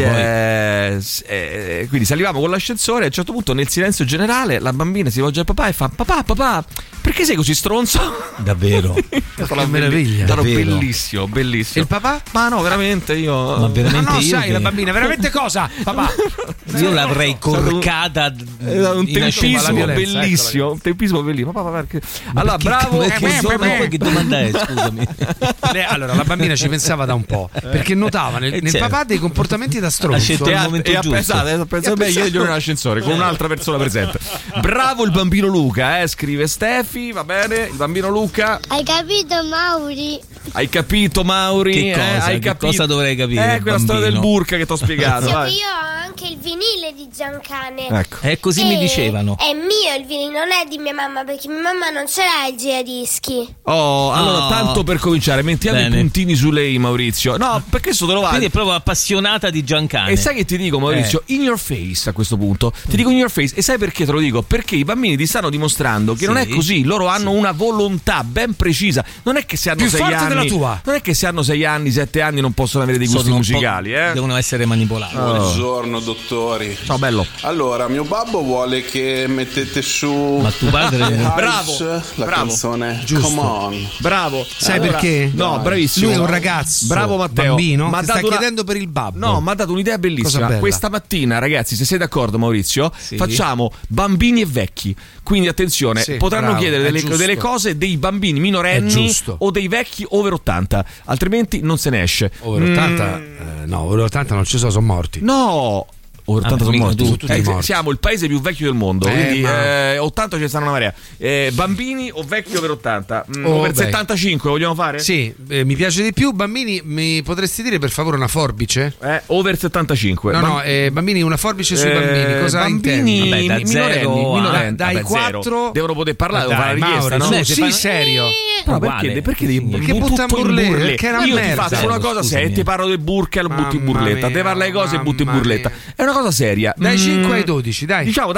Quindi salivamo con l'ascensore. A un certo punto, nel silenzio generale, la bambina si volge al papà e fa: papà, perché sei così stronzo? Davvero? Che meraviglia. Bellissimo. E il papà? Ma no, veramente io. Ma veramente io. Sai, la bambina, veramente cosa? Papà? Io l'avrei corcata. Un tempismo bellissimo. Un tempismo bellissimo. Papà, perché? Allora, bravo. Che domanda è? Scusami. Allora, la bambina ci pensava da un po', perché notava nel papà dei comportamenti da stronzo. E ha pensato beh, io ero in ascensore con un'altra persona presente. Bravo il bambino Luca, scrive Stefi, va bene, il bambino Luca. Hai capito, Mauri? Hai capito, Mauri? Che cosa? Hai capito? Cosa dovrei capire? Quella storia del burka che ti ho spiegato. Io ho anche il vinile di Giancane. Ecco. E così mi dicevano. È mio il vinile, non è di mia mamma, perché mia mamma non ce l'ha il giradischi. Allora, tanto per cominciare, mettiamo i puntini su lei, Maurizio. No, perché sto te lo vado. Quindi è proprio appassionata di Giancane. E sai che ti dico, Maurizio? In your face a questo punto. Ti dico in your face. E sai perché te lo dico? Perché i bambini ti stanno dimostrando che non è così. Loro hanno una volontà ben precisa. Non è che se hanno 6 anni. Della tua. Non è che se hanno 6 anni, 7 anni non possono avere dei gusti musicali, devono essere manipolati. Buongiorno dottori. Ciao bello. Allora, mio babbo vuole che mettete su. Ma tuo padre bravo, la canzone giusto. Come On. Bravo. Sai perché? No, bravissimo. Lui è un ragazzo. Bravo Matteo. Bambino. Ma sta chiedendo per il babbo. No, mi ha dato un'idea bellissima. Questa mattina, ragazzi, se sei d'accordo, Maurizio, facciamo bambini e vecchi. Quindi attenzione, potranno chiedere delle cose dei bambini minorenni o dei vecchi over 80, altrimenti non se ne esce. Over 80? No, over 80 non ci sono morti. No! 80 sono morti. Tutti morti. Siamo il paese più vecchio del mondo, quindi 80 ce ne stanno una marea. Bambini o vecchi over 80? Over 75 vogliamo fare? Sì, mi piace di più. Bambini, mi potresti dire per favore una forbice? Over 75. No, bambini, una forbice sui bambini. Cosa bambini minorenni, dai 4 devono poter parlare, devono fare la richiesta, no? Sì, serio. Però perché butta in burletta? Perché è una io merda. ti faccio una cosa seria, ti parlo del burka e lo butti in burletta, te parla le cose e butti in burletta. È una cosa seria. Dai 5 ai 12, dai. Diciamo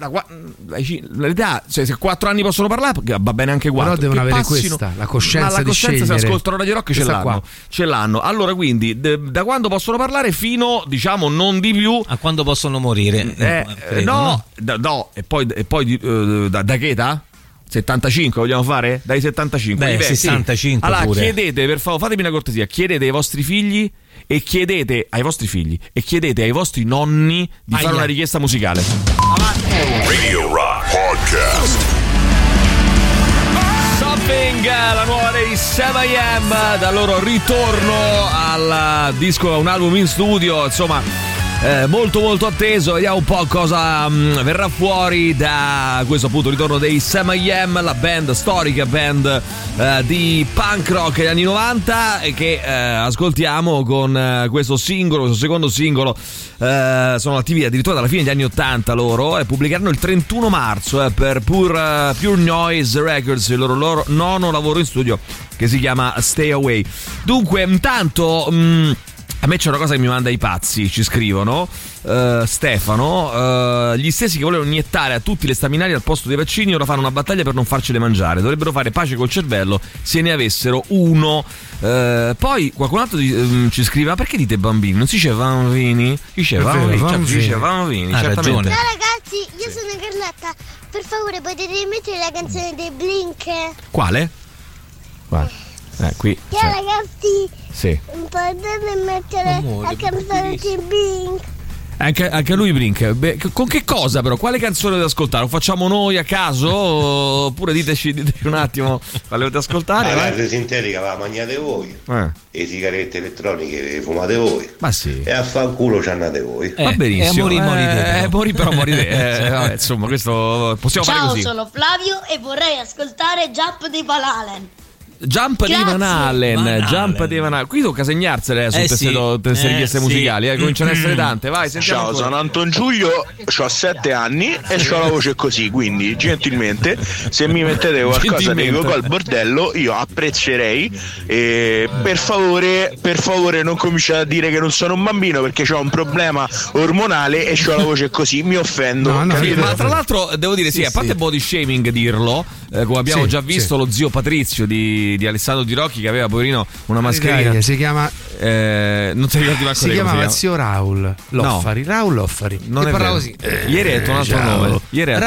l'età, cioè se 4 anni possono parlare va bene anche 4. Però devono avere questa, la coscienza di scegliere. Se ascoltano Radio Rock ce l'hanno. Allora quindi da quando possono parlare fino, diciamo, non di più a quando possono morire. Credo, e poi da che età? 75 vogliamo fare? Dai 75. 65 allora pure. Chiedete, per favore, fatemi una cortesia, chiedete ai vostri figli e chiedete ai vostri nonni di fare una richiesta musicale. Radio Rock Podcast. Something, la nuova dei 7am, dal loro ritorno al disco, a un album in studio, insomma. Molto molto atteso, vediamo un po' cosa verrà fuori da questo appunto ritorno dei 7am, la band, storica band di punk rock degli anni 90 che ascoltiamo con questo secondo singolo. Sono attivi addirittura dalla fine degli anni 80 loro, e pubblicheranno il 31 marzo per Pure Noise Records, il loro nono lavoro in studio che si chiama Stay Away. Dunque, intanto a me c'è una cosa che mi manda i pazzi, ci scrivono Stefano, gli stessi che volevano iniettare a tutti le staminali al posto dei vaccini ora fanno una battaglia per non farcele mangiare, dovrebbero fare pace col cervello se ne avessero uno. Poi qualcun altro ci scrive: ma perché dite bambini? Non si dice bambini? Dice bambini, ha ragione. Ciao ragazzi, io sono Carlotta, per favore potete mettere la canzone dei Blink? Quale? Qui. Ciao ragazzi. Sì. Potete mettere la canzone di Blink? Anche lui Blink. Beh, con che cosa però? Quale canzone da ascoltare? Lo facciamo noi a caso? Oppure diteci un attimo quale volete ascoltare? La carne sintetica la mangiate voi, le sigarette elettroniche le fumate voi. Ma sì. E a fanculo ci andate voi. Va benissimo. Mori te. Vabbè, insomma, questo possiamo fare così. Ciao, sono Flavio e vorrei ascoltare Jump di Van Halen. Jump di Van Halen. Jump di Van Halen. Qui tocca segnarsene su queste richieste musicali. Cominciano ad essere tante. Vai, sentiamo. Ciao, sono Anton Giulio, ho 7 anni e ho la voce così. Quindi, gentilmente, se mi mettete qualcosa di Coco al bordello, io apprezzerei. Per favore, non cominciate a dire che non sono un bambino perché ho un problema ormonale e ho la voce così. Mi offendo. Ma tra l'altro, devo dire, a parte body shaming dirlo, come abbiamo già visto lo zio Patrizio di Alessandro Di Rocchi, che aveva poverino una mascherina. Si chiama non ti ricordi si chiamava zio Raul Loffari. Raul Loffari. Non è vero. Così. Ieri hai detto un altro nome.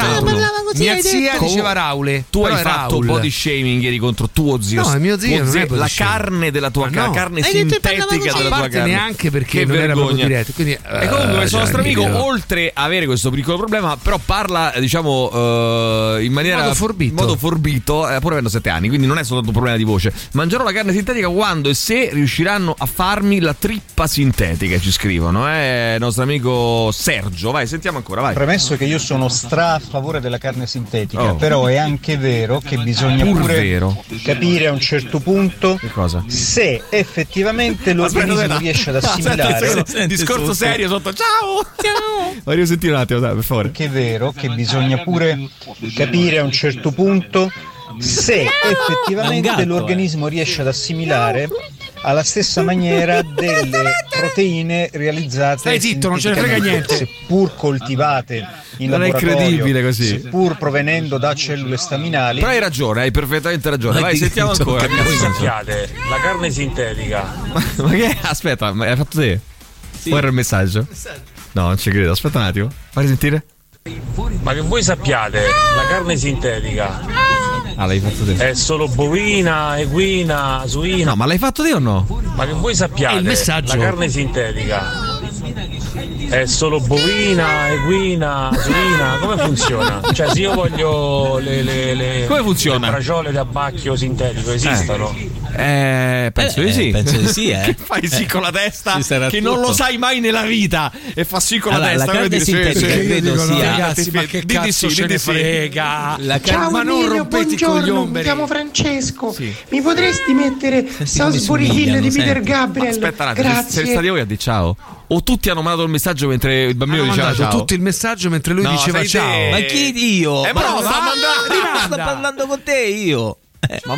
Mia zia diceva Raule. Tu hai fatto body shaming ieri contro tuo zio. No, mio zio non è la carne della tua carne sintetica della tua carne. Neanche perché non era proprio diretto. Quindi e comunque questo nostro amico, oltre a avere questo piccolo problema, però parla diciamo in maniera modo forbito, pur avendo 7 anni, quindi non è soltanto un problema di voce. Mangerò la carne sintetica quando e se riusciranno a farmi la trippa sintetica, ci scrivono, il nostro amico Sergio. Vai, sentiamo ancora, vai. Premesso che io sono a favore della carne sintetica, però è anche vero che bisogna capire a un certo punto se effettivamente l'organismo riesce ad assimilare. Discorso serio sotto. Ciao. Voglio sentire un attimo, dai, per favore. Che è vero che bisogna pure capire a un certo punto se effettivamente l'organismo riesce ad assimilare alla stessa maniera delle proteine realizzate. Stai zitto, non ce ne frega niente. Seppur coltivate in non laboratorio, è incredibile così. Seppur provenendo da cellule staminali. Però hai ragione, hai perfettamente ragione. Vai, sentiamo ancora. Voi sappiate, la carne sintetica. Ma che? Aspetta, ma hai fatto te? Sì. Guarda il messaggio. No, non ci credo. Aspetta un attimo. Fai sentire. Ma che voi sappiate, la carne sintetica l'hai fatto te. È solo bovina, equina, suina. No, ma l'hai fatto te o no? Ma che voi sappiate, la carne sintetica è solo bovina, equina, suina. Come funziona? Cioè, se io voglio le come funziona? Le braciole d'abbacchio sintetico esistono? Penso di sì. Penso di sì, Che fai sì con la testa che non lo sai mai nella vita e fa sì con la testa. La carne sintetica credo sia. Ragazzi, ma che cazzo ce ne frega? Ciao ma non rompete i coglioni. Mi chiamo Francesco. Mi potresti mettere Salisbury Hill di Peter Gabriel? Aspetta un attimo, siete stati voi a dire ciao? O tutti hanno mandato il messaggio mentre il bambino diceva ciao? Tutto il messaggio mentre lui diceva ciao. Ma chi io? Ma no, sto parlando con te io. Ma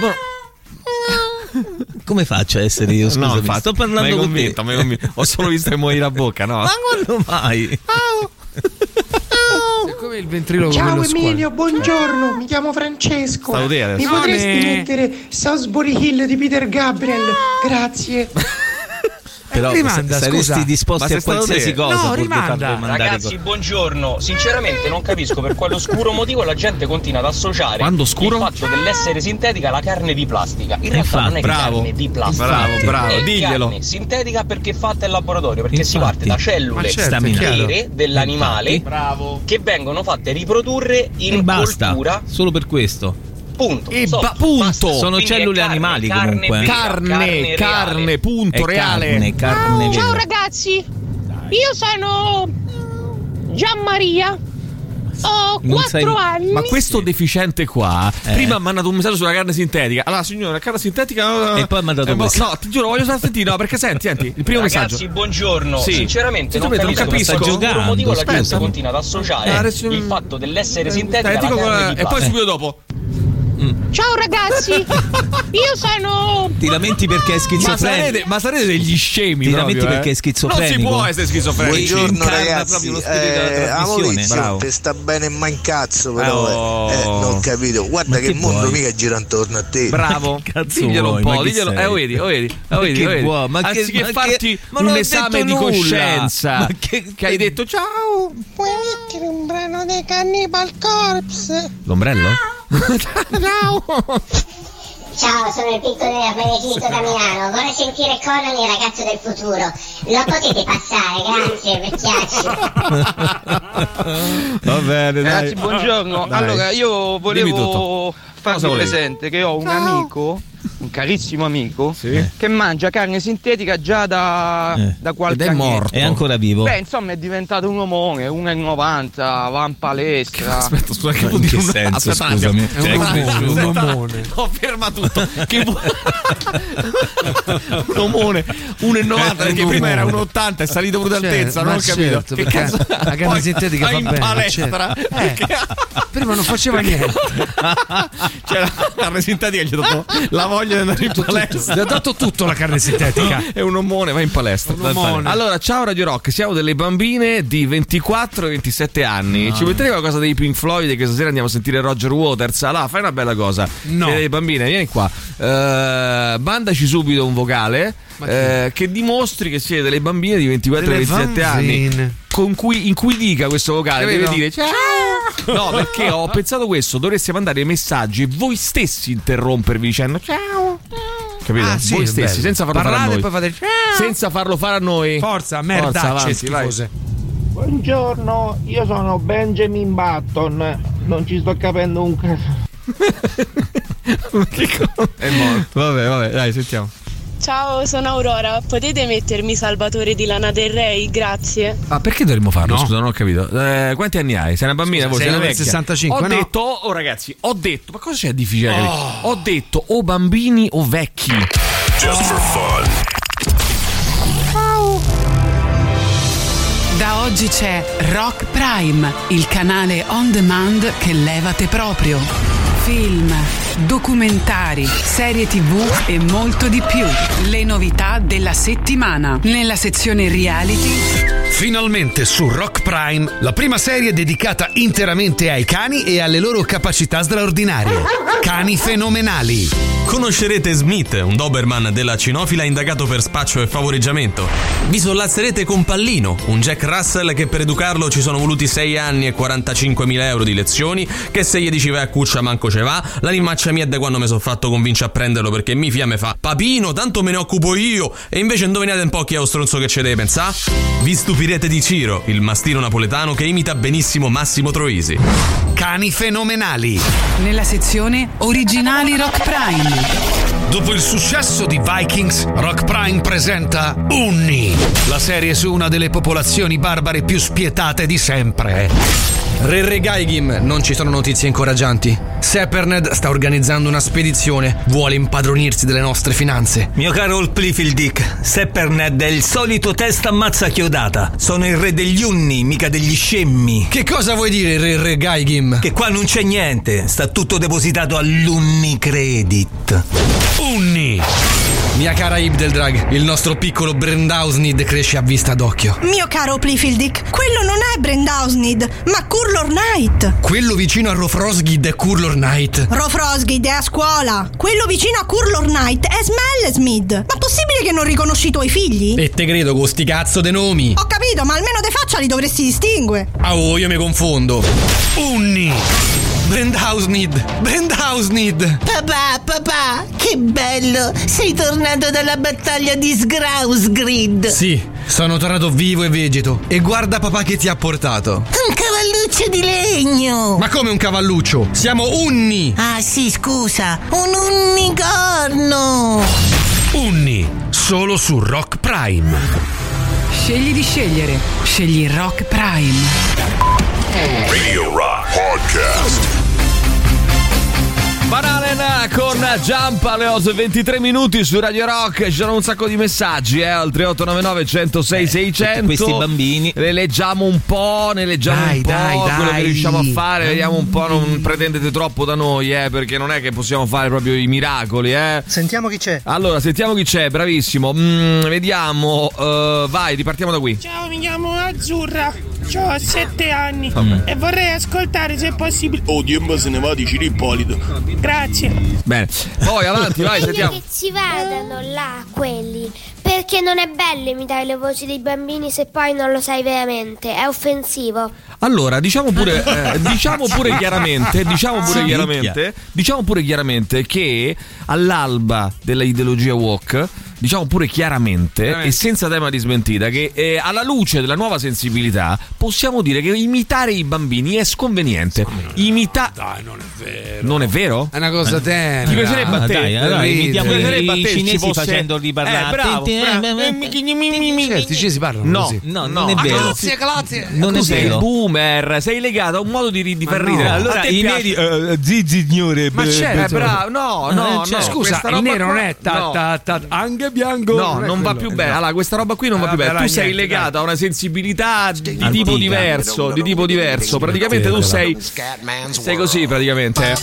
come faccio a essere io? Scusami, no, sto parlando con te. Ho solo visto che muovi la bocca, no? Ma quando mai? Come il ventriloquo. Ciao Emilio, buongiorno, mi chiamo Francesco. Mi potresti mettere Salisbury Hill di Peter Gabriel? Grazie. Però saresti disposti a qualsiasi cosa. No, rimanda. Ragazzi, buongiorno. Sinceramente non capisco per quale oscuro motivo la gente continua ad associare il fatto dell'essere sintetica alla carne di plastica. In realtà non è carne di plastica. Bravo, è diglielo. Carne sintetica perché è fatta in laboratorio, perché si parte da cellule vere dell'animale che vengono fatte riprodurre in coltura. Solo per questo. Punto. Punto. Sono cellule animali comunque. Carne, punto, reale. Carne Ciao ragazzi, io sono Gianmaria. Ho 4 anni. Ma questo deficiente qua prima ha mandato un messaggio sulla carne sintetica. Allora, signora, carne sintetica. E poi ha mandato questo. No, ti giuro, voglio stare sentire. No, perché senti, il primo messaggio. Ragazzi, buongiorno. Sinceramente, non capisco per quale motivo la gente continua ad associare il fatto dell'essere sintetica alla carne di e poi subito dopo. Ciao ragazzi, io sono. Ti lamenti perché è schizofrenico? Ma sarete degli scemi. Ti lamenti perché è schizofrenico? Non si può essere schizofrenico. Buongiorno ragazzi, Maurizio, te sta bene ma in cazzo però non capito. Guarda che il mondo mica gira intorno a te. Bravo, diglielo un po', diglielo. Vedi. Anziché farti un esame di coscienza che hai detto ciao. Puoi mettere un brano dei Cannibal Corpse? L'ombrello? Ciao! Ciao, sono il piccolo Benedetto da Milano. Vorrei sentire Conan, il ragazzo del futuro. Lo potete passare, grazie, vecchiacci. Va bene, dai. Ragazzi, buongiorno. Dai. Allora, io volevo farvi presente che ho un amico un carissimo amico che mangia carne sintetica già da qualche anno. Ed è morto. È ancora vivo. Beh, insomma, è diventato un omone, 1,90, va in palestra. Aspetta, scusa, che vuol dire in che senso, scusami? Un omone. No, ferma tutto. Un omone 1,90 perché prima era 1,80, è salito pure d'altezza, non ho capito. Che cazzo? La carne sintetica fa bene. Palestra. Prima non faceva niente. Cioè la carne sintetica gli ha dato la voglia di andare in palestra. Gli ha dato tutto la carne sintetica. È un omone, va in palestra. Allora, ciao Radio Rock, siamo delle bambine di 24 e 27 anni. Ci mettete qualcosa dei Pink Floyd che stasera andiamo a sentire Roger Waters? Allora, fai una bella cosa. No. Delle bambine, vieni qua. Mandaci subito un vocale che dimostri che siete delle bambine di 24 e 27 anni. In cui dica questo vocale, deve dire ciao. No, perché ho pensato questo, dovreste mandare messaggi e voi stessi interrompervi dicendo ciao. Capito? Voi stessi, senza farlo fare a noi. E poi fate ciao. Senza farlo fare a noi. Forza, merdacce schifose. Buongiorno, io sono Benjamin Button. Non ci sto capendo un cazzo. È morto. Vabbè, dai, sentiamo. Ciao, sono Aurora. Potete mettermi Salvatore di Lana Del Rey? Grazie. Ma perché dovremmo farlo? No. Scusa, non ho capito. Quanti anni hai? Sei una bambina? Scusa, sei una vecchia? 65. Ho detto, ragazzi, ma cosa c'è difficile? Ho detto o bambini o vecchi. Just for fun. Da oggi c'è Rock Prime, il canale on demand che levate proprio. Film, documentari, serie TV e molto di più. Le novità della settimana. Nella sezione reality. Finalmente su Rock Prime, la prima serie dedicata interamente ai cani e alle loro capacità straordinarie. Cani fenomenali. Conoscerete Smith, un Doberman della cinofila indagato per spaccio e favoreggiamento. Vi sollazzerete con Pallino, un Jack Russell che per educarlo ci sono voluti 6 anni e 45.000 euro di lezioni, che se gli dici vai a cuccia manco ce va. L'animaccia mia da quando mi sono fatto convince a prenderlo perché mi fia me fa papino, tanto me ne occupo io. E invece indovinate un po' chi è lo stronzo che ce deve pensare? Vi stupirete di Ciro, il mastino napoletano che imita benissimo Massimo Troisi. Cani fenomenali. Nella sezione originali Rock Prime. Dopo il successo di Vikings, Rock Prime presenta Unni, la serie su una delle popolazioni barbare più spietate di sempre. Re Gaigim, non ci sono notizie incoraggianti. Seperned sta organizzando una spedizione, vuole impadronirsi delle nostre finanze. Mio caro Plifield Dick, Seperned è il solito testa ammazza chiodata. Sono il re degli Unni, mica degli scemmi. Che cosa vuoi dire, Re Gaigim? Che qua non c'è niente, sta tutto depositato all'Unnicredit. Unni! Mia cara Ibdeldrag, il nostro piccolo Brendausnid cresce a vista d'occhio. Mio caro Plifield, quello non è Brendausnid, ma Kurlor Knight. Quello vicino a Rofrosgid è Kurlor Knight. Rofrosgid è a scuola. Quello vicino a Kurlor Knight è Smellesmid. Ma possibile che non riconosci i tuoi figli? E te credo con sti cazzo de nomi. Ho capito, ma almeno de faccia li dovresti distinguere. Oh, io mi confondo. Unni! Brendausnid! Papà, che bello! Sei tornato dalla battaglia di Sgrausgrid. Sì, sono tornato vivo e vegeto. E guarda papà che ti ha portato. Un cavalluccio di legno. Ma come un cavalluccio? Siamo Unni. Ah sì, scusa, un unicorno. Unni, solo su Rock Prime. Scegli di scegliere. Scegli Rock Prime. Radio Rock Podcast. Van Halen con Jump alle 8:23 su Radio Rock. Ci sono un sacco di messaggi al 3899 106 600. Questi bambini ne leggiamo un po', quello che riusciamo a fare. Vediamo un po', non pretendete troppo da noi, perché non è che possiamo fare proprio i miracoli, Sentiamo chi c'è. Allora, sentiamo chi c'è, bravissimo. Vediamo, vai, ripartiamo da qui. Ciao, mi chiamo Azzurra, ho 7 anni e vorrei ascoltare se è possibile. Oddio, se ne va di Ciro Ippolito. Grazie. Bene, poi avanti, vai, sentiamo. Che ci vadano là quelli Perché non è bello imitare le voci dei bambini se poi non lo sai veramente, è offensivo. Allora, diciamo pure chiaramente che all'alba della ideologia woke, diciamo pure chiaramente e senza tema di smentita che alla luce della nuova sensibilità possiamo dire che imitare i bambini è sconveniente. Dai, non è vero. Non è vero? È una cosa tenera. Ti piacerebbe a te? Dai, allora imitiamo i cinesi facendoli parlare. Bravo. Certo, i cinesi parlano così. No, non è vero. Grazie. Non è sei vero. Boomer, sei legato a un modo di far ridere. Allora i neri zizi signore. Ma certo. Bravo. No. Scusa, il nero non è anche bianco. No, non va più bene. Allora, questa roba qui non va più bene. Tu sei legato a una sensibilità di tipo diverso. Praticamente tu sei così, praticamente.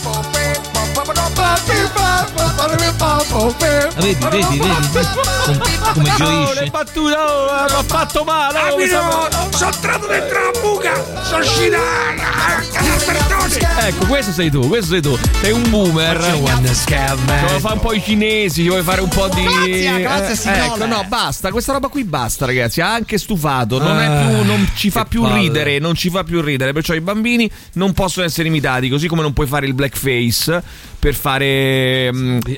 Vedi come gioisce. Le battute, mi ha fatto male. Sono entrato dentro la buca. Sono Ecco, questo sei tu. Sei un boomer. Fa un po' i cinesi, vuoi fare un po' di. Ecco, no, basta. Questa roba qui basta, ragazzi. Ha anche stufato. Non ci fa più ridere. Perciò i bambini non possono essere imitati. Così come non puoi fare il blackface per fare.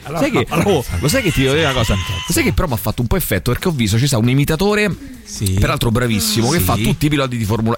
Lo sai che ti devo dire una cosa? Lo sai che però mi ha fatto un po' effetto perché ho visto ci sta un imitatore, peraltro bravissimo, che fa tutti i piloti di Formula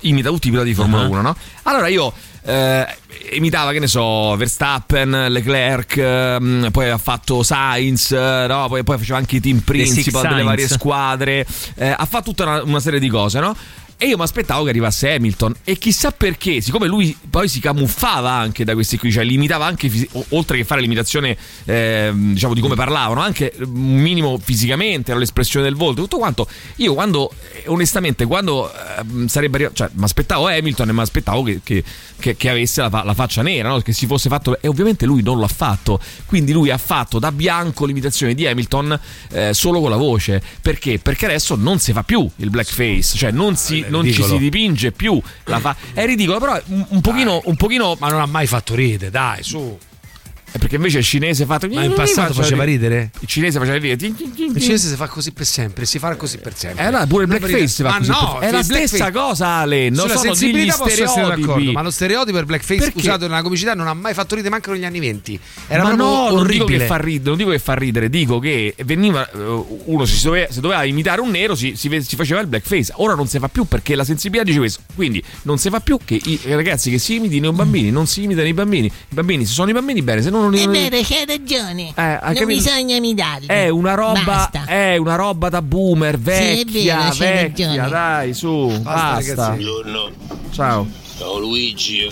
1, no? Allora io imitava, che ne so, Verstappen, Leclerc, poi ha fatto Sainz, no? Poi faceva anche i team principal delle varie squadre, ha fatto tutta una serie di cose, no? E io mi aspettavo che arrivasse Hamilton e chissà perché, siccome lui poi si camuffava anche da questi qui, cioè li imitava anche oltre che fare l'imitazione diciamo di come parlavano, anche un minimo fisicamente, l'espressione del volto, tutto quanto. Io onestamente sarebbe arrivato, cioè mi aspettavo Hamilton e mi aspettavo che avesse la faccia nera, no? Che si fosse fatto, e ovviamente lui non l'ha fatto, quindi lui ha fatto da bianco l'imitazione di Hamilton solo con la voce. Perché per non si fa più il blackface, cioè non ci si dipinge più, è ridicolo, però un pochino, ma non ha mai fatto ridere, dai, su. Perché invece il cinese fatto. Ma in passato faceva ridere? Il cinese faceva ridere. Il cinese si fa così per sempre, si farà così per sempre. Allora pure il blackface si fa così. No, è la stessa cosa, Ale. Non sulla sono sensibilità degli posso essere stereotipi. d'accordo, ma lo stereotipo per blackface usato nella comicità non ha mai fatto ridere manco negli anni 20. Era ma no, orribile. Non dico che fa ridere, dico che veniva uno se doveva imitare un nero si faceva il blackface. Ora non si fa più perché la sensibilità dice questo. Quindi non si fa più che i ragazzi che si imitino i bambini, non si imitano i bambini. I bambini, se sono i bambini bene, se no non c'hai ragione. Non bisogna imitarli. È una roba da boomer, vecchia, vecchia, dai, su, basta. Buongiorno. Ciao. Ciao Luigi,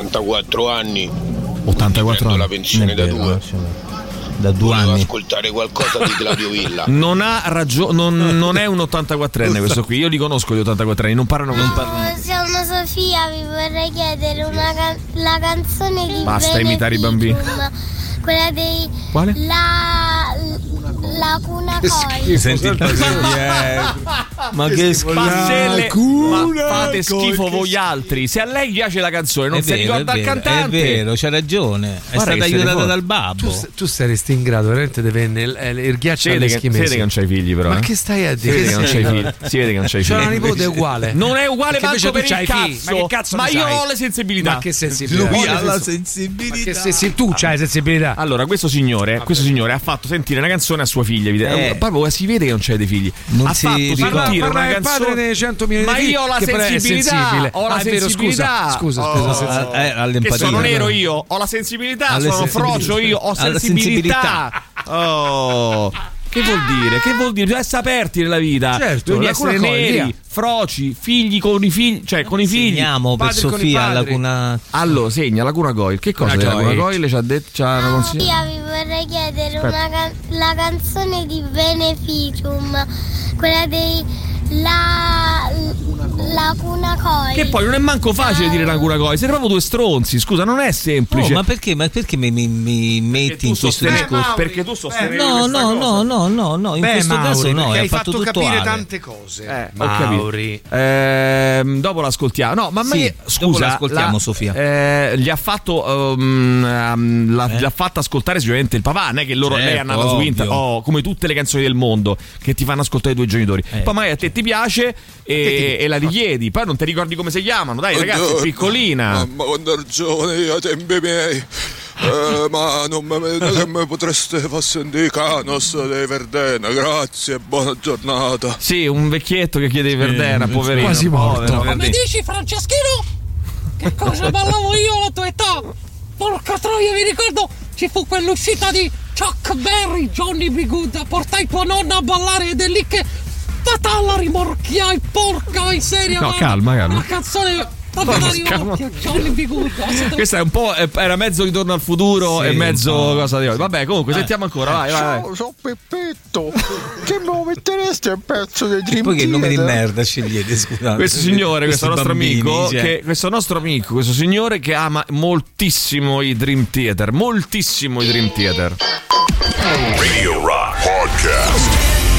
84 anni. 84 anni. La pensione da 2. Da 2 anni. Volevo ascoltare qualcosa di Claudio Villa. Non ha ragione, non è un 84enne questo qui. Io li conosco gli 84enni, non parlano. Sono Sofia, vi vorrei chiedere la canzone di Basta imitare i bambini. Quella dei. Quale? La cuna poi. Senti il ma che fate schifo voi altri. Se a lei piace la canzone non si ricorda il cantante. È vero, c'ha ragione. È stata aiutata dal babbo. Tu saresti in grado veramente di vendere il ghiaccio alle Si schimesi. vede che non c'hai figli, però. Ma che stai a dire? Si vede che non c'hai figli. Si vede che non c'hai figli. C'è una nipote uguale. Non è uguale manco per il cazzo. Ma che cazzo? Ma io ho le sensibilità. Ma che sensibilità? Lui ha la sensibilità. Ma che tu c'hai sensibilità. Allora, questo signore ha fatto sentire una canzone a sua figlia. Proprio si vede che non c'è dei figli. Ha fatto sentire una canzone dei 100 milioni di ma figli. io ho la sensibilità. Ho la sensibilità. Scusa. Che sono nero io. Ho la sensibilità. Sono frocio io. Ho sensibilità. Oh. Che vuol dire? Bisogna essere aperti nella vita. Certo, bisogna essere neri, froci, figli con i figli, cioè con i figli. Segniamo per Sofia la cuna. Allora, segna la cuna Goil. Che cosa è la cuna Goil? Ci ha detto, una consiglia. Io vi vorrei chiedere la canzone di Beneficium, quella dei La Cunacoi. Che poi non è manco facile dire la Cunacoi, siete proprio due stronzi, scusa, non è semplice. Ma perché mi metti in questo discorso? Perché tu sostenevi no, in questo caso no, hai fatto fatto capire Ale. tante cose. Mauri. Dopo l'ascoltiamo. No, ma sì, scusa, dopo l'ascoltiamo, Sofia. Gli ha fatto l'ha fatta ascoltare sicuramente il papà, non è che lei è andata su internet, come tutte le canzoni del mondo che ti fanno ascoltare i tuoi genitori. Poi magari a te ti piace e la richiedi, poi non ti ricordi come si chiamano, dai ragazzi, è piccolina. Ma quando ero giovane io ai tempi miei ma non mi vedete che mi potreste far sentire Canos dei Verdena, grazie, buona giornata. Sì, un vecchietto che chiede di Verdena, poverino, quasi morto. Come dici, Franceschino? Che cosa ballavo io alla tua età? Porca troia, mi ricordo ci fu quell'uscita di Chuck Berry, Johnny B. Good, portai tua nonna a ballare ed è lì che la rimorchiai, porca miseria. No, calma. La canzone Johnny B. Good. Questa è un po', era mezzo Ritorno al futuro e mezzo cosa di oggi. Vabbè, comunque sentiamo ancora, vai. Ciao Peppetto, che mi metteresti un pezzo di Dream Poi che Theater? nome di merda scegliete, scusate. Questo signore, questo nostro amico, questo signore che ama moltissimo i Dream Theater, Radio Rock Podcast.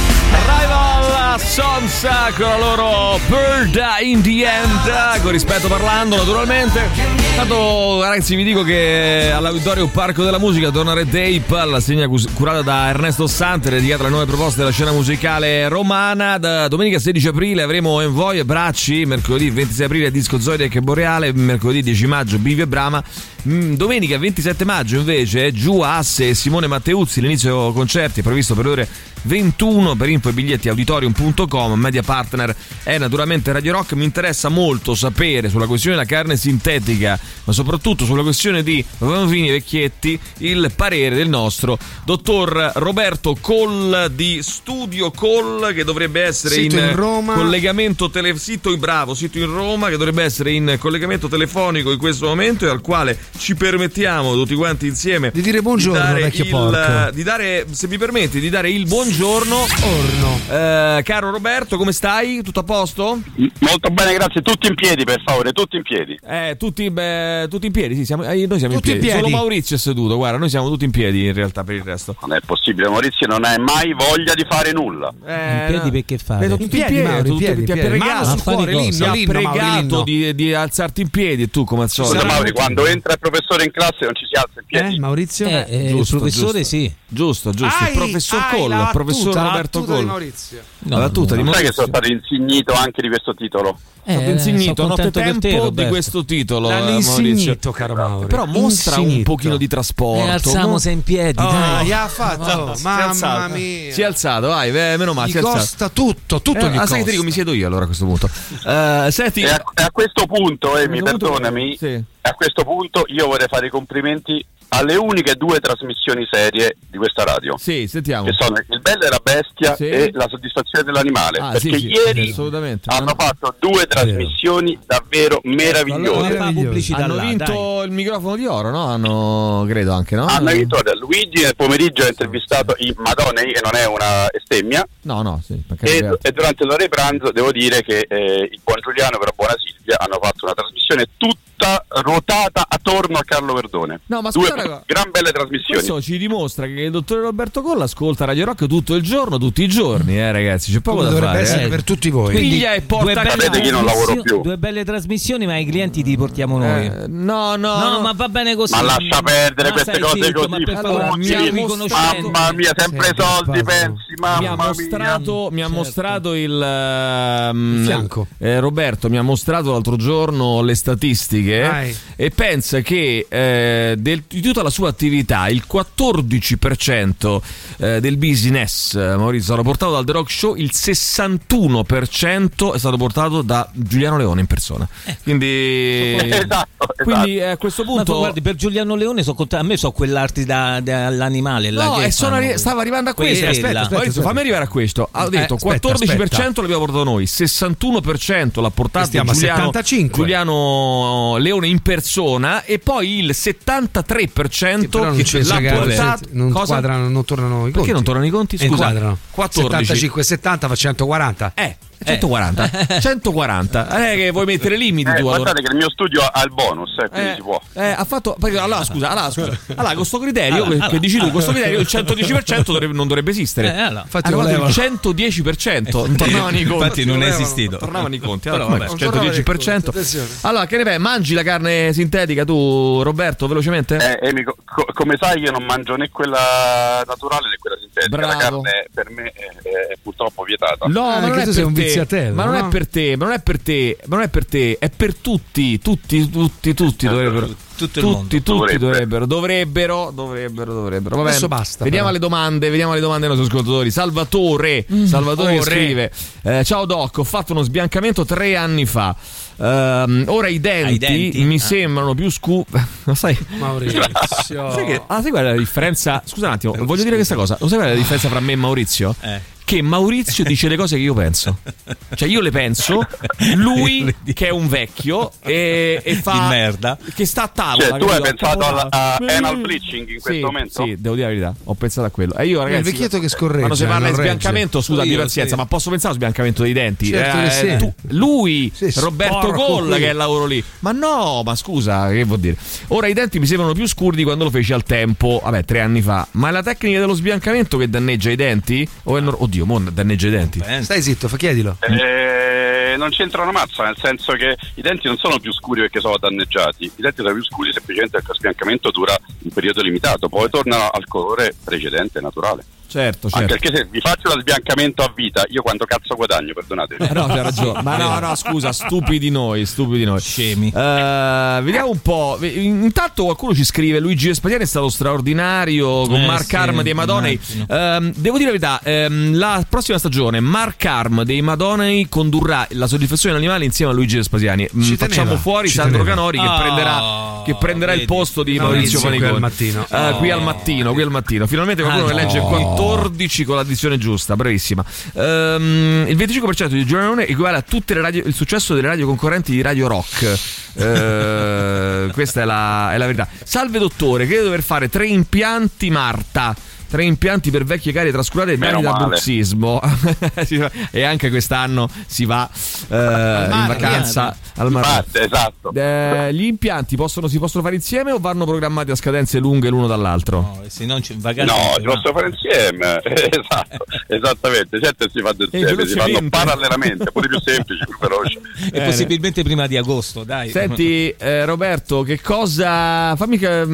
Rival Sons con la loro Bird in the End, con rispetto parlando naturalmente. Tanto ragazzi vi dico che all'Auditorio Parco della Musica torna Red Ape, la segna curata da Ernesto Sante, dedicata alle nuove proposte della scena musicale romana. Da domenica 16 aprile avremo Envoy e Bracci, mercoledì 26 aprile Disco Zodiac e Boreale, mercoledì 10 maggio Bivi e Brama. Domenica 27 maggio invece Giù Asse e Simone Matteuzzi, l'inizio concerti è previsto per le ore 21. Per info e biglietti auditorium.com. Media partner è naturalmente Radio Rock. Mi interessa molto sapere sulla questione della carne sintetica, ma soprattutto sulla questione di bambini vecchietti, il parere del nostro dottor Roberto Coll di Studio Coll, che dovrebbe essere sito in Roma. Collegamento sito in Roma, che dovrebbe essere in collegamento telefonico in questo momento, e al quale ci permettiamo tutti quanti insieme di dire buongiorno, vecchio porco. Di dare, se mi permetti, di dare il buongiorno. Caro Roberto, come stai? Tutto a posto? Molto bene, grazie. Tutti in piedi, per favore, tutti in piedi. Tutti in piedi, sì, noi siamo tutti in piedi. Solo Maurizio è seduto, guarda, noi siamo tutti in piedi in realtà per il resto. Non è possibile, Maurizio non hai mai voglia di fare nulla. In piedi perché fare? Tutti in piedi, ti ha pregato di alzarti in piedi, e tu come al solito. Scusa Mauri, quando entra il professore in classe non ci si alza in piedi. Maurizio? Il professore sì. Giusto, il professor Coll, il professor Roberto Coll. La battuta di Maurizio. Sai che sono stato insignito anche di questo titolo? Stato insignito nottetempo di questo titolo. L'hanno insignito, caro Mauro. Però mostra un pochino di trasporto. Alziamosi in piedi, dai. Gli ha fatto, mamma mia. Si è alzato, vai, meno male. Gli costa tutto gli costa. Sai che ti dico, mi siedo io allora a questo punto. Senti, e a questo punto, perdonami, sì. A questo punto io vorrei fare i complimenti alle uniche due trasmissioni serie di questa radio. Sì, sentiamo. Che sono Il Bello e la Bestia e La Soddisfazione dell'Animale. Perché ieri hanno fatto due trasmissioni davvero meravigliose. Hanno vinto il microfono di oro, no? Credo anche, no? Hanno vinto. Luigi nel pomeriggio ha intervistato i Madonnei, che non è una bestemmia. No, sì. E durante l'ora di pranzo devo dire che il buon Giuliano e la buona Silvia hanno fatto una trasmissione tutta ruotata attorno a Carlo Verdone. No, ma due gran belle trasmissioni. Questo ci dimostra che il dottore Roberto Coll ascolta Radio Rock tutto il giorno, tutti i giorni, ragazzi. C'è poco da fare. Dovrebbe essere per tutti voi. Piglia e porta sapete che io non lavoro più. Due belle trasmissioni, ma i clienti li portiamo noi. No, ma va bene così. Ma lascia perdere queste cose così. Mamma mia, sempre soldi, pensi, mamma mia. Mi ha mostrato il fianco. Roberto mi ha mostrato l'altro giorno le statistiche e pensa che di tutta la sua attività il 14% del business, Maurizio, era portato dal The Rock Show, il 61% è stato portato da Giuliano Leone in persona. Quindi esatto. Quindi a questo punto, ma guardi, per Giuliano Leone a me so quell'arti dall'animale. Stava arrivando a questo. Aspetta, fammi arrivare a questo. Ha detto 14% l'abbiamo portato noi, 61% l'ha portato Giuliano Leone in persona, e poi il 73% che l'ha portato. Non tornano i conti. Perché non tornano i conti? Scusa, 75-70 fa 140. 140. Che vuoi mettere limiti tu? Guardate che il mio studio ha il bonus, quindi si può. Ha fatto. Allora, scusa. Allora, con sto criterio che dici tu, con questo criterio il 110% non dovrebbe esistere. Infatti il 110% non tornavano i conti. Infatti non è esistito. Tornavano i conti. Allora, 110%. Allora, che ne fai? Mangi la carne sintetica tu, Roberto, velocemente? Come sai, io non mangio né quella naturale né quella sintetica. Bravo. La carne per me è purtroppo vietata. No, ma non è per sei un te. viziatello. Ma non è per te, è per tutti dovrebbero. Tutti dovrebbero. Va Adesso bene. basta. Vediamo le domande ai nostri ascoltatori. Salvatore scrive: ciao Doc, ho fatto uno sbiancamento 3 anni fa. Ora i denti mi sembrano più sai Maurizio. sai qual è la differenza? Scusa un attimo, voglio dire questa cosa. Lo sai qual è la differenza fra me e Maurizio? Che Maurizio dice le cose che io penso. Cioè io le penso, lui che è un vecchio e fa di merda, che sta a tavola. Cioè, tu hai pensato a anal bleaching in questo momento? Sì, devo dire la verità, ho pensato a quello. E io, ragazzi, il vecchietto che scorreggia. Quando si parla di sbiancamento, scusa, di pazienza, ma posso pensare allo sbiancamento dei denti? Certo che sì. Lui, sì, Roberto Colla, che è il lavoro lì. Ma no, ma scusa, che vuol dire? Ora i denti mi sembrano più scuri di quando lo feci al tempo, 3 anni fa. Ma è la tecnica dello sbiancamento che danneggia i denti? O è oddio, mo danneggia i denti? Stai zitto, chiedilo. Non c'entra una mazza, nel senso che i denti non sono più scuri perché sono danneggiati, i denti sono più scuri semplicemente perché lo sbiancamento dura un periodo limitato, poi tornano al colore precedente, naturale. Certo. Anche perché se vi faccio lo sbiancamento a vita, io quanto cazzo guadagno, perdonatemi. No, c'ha ragione. Ma no, scusa, stupidi noi. Scemi. Vediamo un po'. Intanto qualcuno ci scrive: Luigi Vespasiani è stato straordinario con Mark Arm dei Madonnai. Devo dire la verità, la prossima stagione Mark Arm dei Madonnai condurrà la soddisfazione animale insieme a Luigi Vespasiani. Facciamo fuori Sandro Canori che prenderà il posto di Maurizio Paniconi qui al mattino. Finalmente qualcuno che legge 14 con l'addizione giusta, bravissima. Il 25% di giornale equivale a tutte le radio, il successo delle radio concorrenti di Radio Rock. Questa è la verità. Salve dottore, credo di dover fare 3 impianti Marta. 3 impianti per vecchie carie trascurate e danni da bruxismo. E anche quest'anno si va in vacanza al mare. Esatto. Gli impianti si possono fare insieme o vanno programmati a scadenze lunghe l'uno dall'altro? No, se non c'è vacanza. No, si possono fare insieme. Esatto, esattamente. Certo, si fanno insieme, si fanno parallelamente, pure più semplici, più veloci. E possibilmente prima di agosto, dai. Senti, Roberto, che cosa. Fammi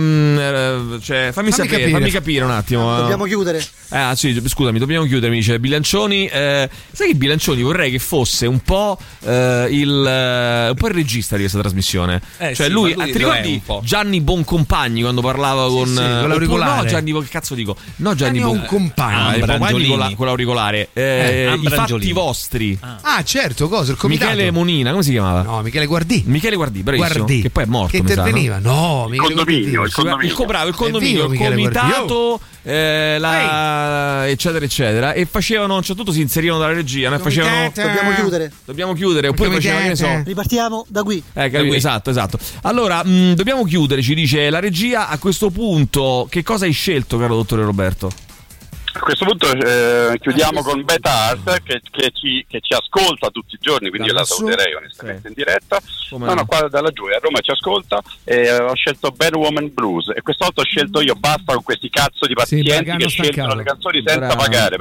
capire un attimo. Dobbiamo chiudere. Sì, scusami, dobbiamo chiudere, mi dice Bilancioni. Sai che Bilancioni vorrei che fosse un po' il regista di questa trasmissione. Cioè lui ti ricordi Gianni Boncompagni quando parlava con l'auricolare? No, Gianni, che cazzo dico? No, Gianni Boncompagni con l'auricolare. I fatti vostri. Certo, cosa? Il comitato. Michele Monina, come si chiamava? No, Michele Guardì, bravissimo. Che poi è morto. Che interveniva? No, Michele Guardì. Il condominio, il comitato. Eccetera eccetera, e facevano, a un certo punto si inserivano dalla regia, noi facevano dobbiamo chiudere oppure facevano, che ne so, ripartiamo da qui. Esatto. Allora dobbiamo chiudere, ci dice la regia. A questo punto che cosa hai scelto, caro dottore Roberto? A questo punto chiudiamo con Beta Art che ci ascolta tutti i giorni, quindi io la saluterei onestamente in diretta. Qua da laggiù a Roma ci ascolta, e ho scelto Bad Woman Blues, e questa volta ho scelto io, basta con questi cazzo di pazienti che scelgono le canzoni senza pagare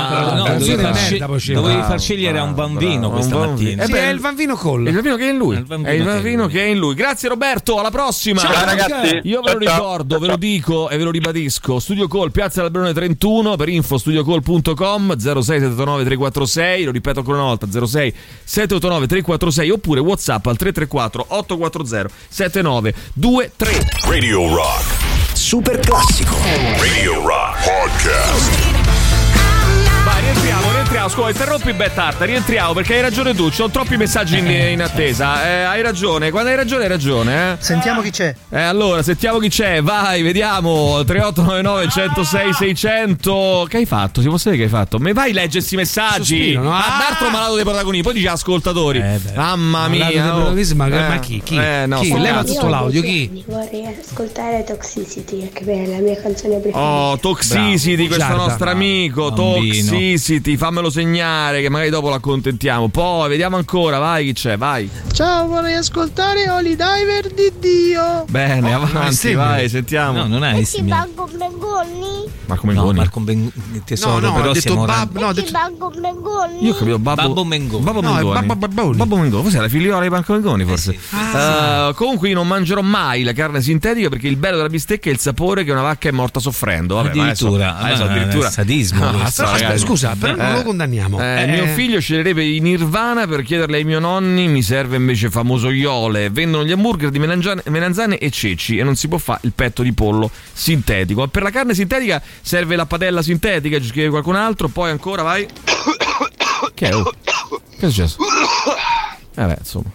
dovevi far scegliere a un bambino questa mattina. È il bambino Colla. Il bambino che è in lui. È il bambino che è in lui. Grazie Roberto, alla prossima. Ciao ragazzi. Io ve lo ricordo, ve lo dico e ve lo ribadisco. Studio Call, Piazza Alberone 31. Per info studiocall.com 0679 346, lo ripeto ancora una volta, 06 789 346, oppure WhatsApp al 334 840 7923. Radio Rock super classico. Radio Rock Podcast. Vai, rientriamo. Scusa, interrompi Bettarta, rientriamo perché hai ragione tu, ci sono troppi messaggi in attesa. Hai ragione, quando hai ragione. Sentiamo chi c'è. Allora, sentiamo chi c'è, vai, vediamo. 3899 106 600. Che hai fatto? Si può sapere che hai fatto? Ma vai, leggi questi messaggi. Un altro malato dei protagonisti, poi dice ascoltatori. Mamma mia. Ma chi? Leva tutto l'audio, chi? Vorrei ascoltare Toxicity, che è la mia canzone preferita. Toxicity, questo nostro amico. Toxicity. Felicity, fammelo segnare che magari dopo lo accontentiamo. Poi vediamo ancora, vai, chi c'è, vai. Ciao, vorrei ascoltare Holy Diver di Dio. Bene, avanti, vai, sentiamo. No, non è Metti Banco Bengoni? Marco Mengoni? No, Marco tesoro, no, però ha detto siamo Metti Banco Bengoni? Io ho capito Babbo Mengoni. Babbo Mengoni. Babbo Mengoni, cos'è la figliola di Banco Mengoni forse? Comunque io non mangerò mai la carne sintetica perché il bello della bistecca è il sapore che una vacca è morta soffrendo. Vabbè, addirittura sadismo. Scusa, però non lo condanniamo. Mio figlio sceglierebbe i Nirvana per chiederle ai miei nonni, mi serve invece famoso Iole. Vendono gli hamburger di melanzane e ceci e non si può fare il petto di pollo sintetico. Per la carne sintetica serve la padella sintetica, ci scrive qualcun altro. Poi ancora, vai. Che è? Che è successo? Vabbè, insomma.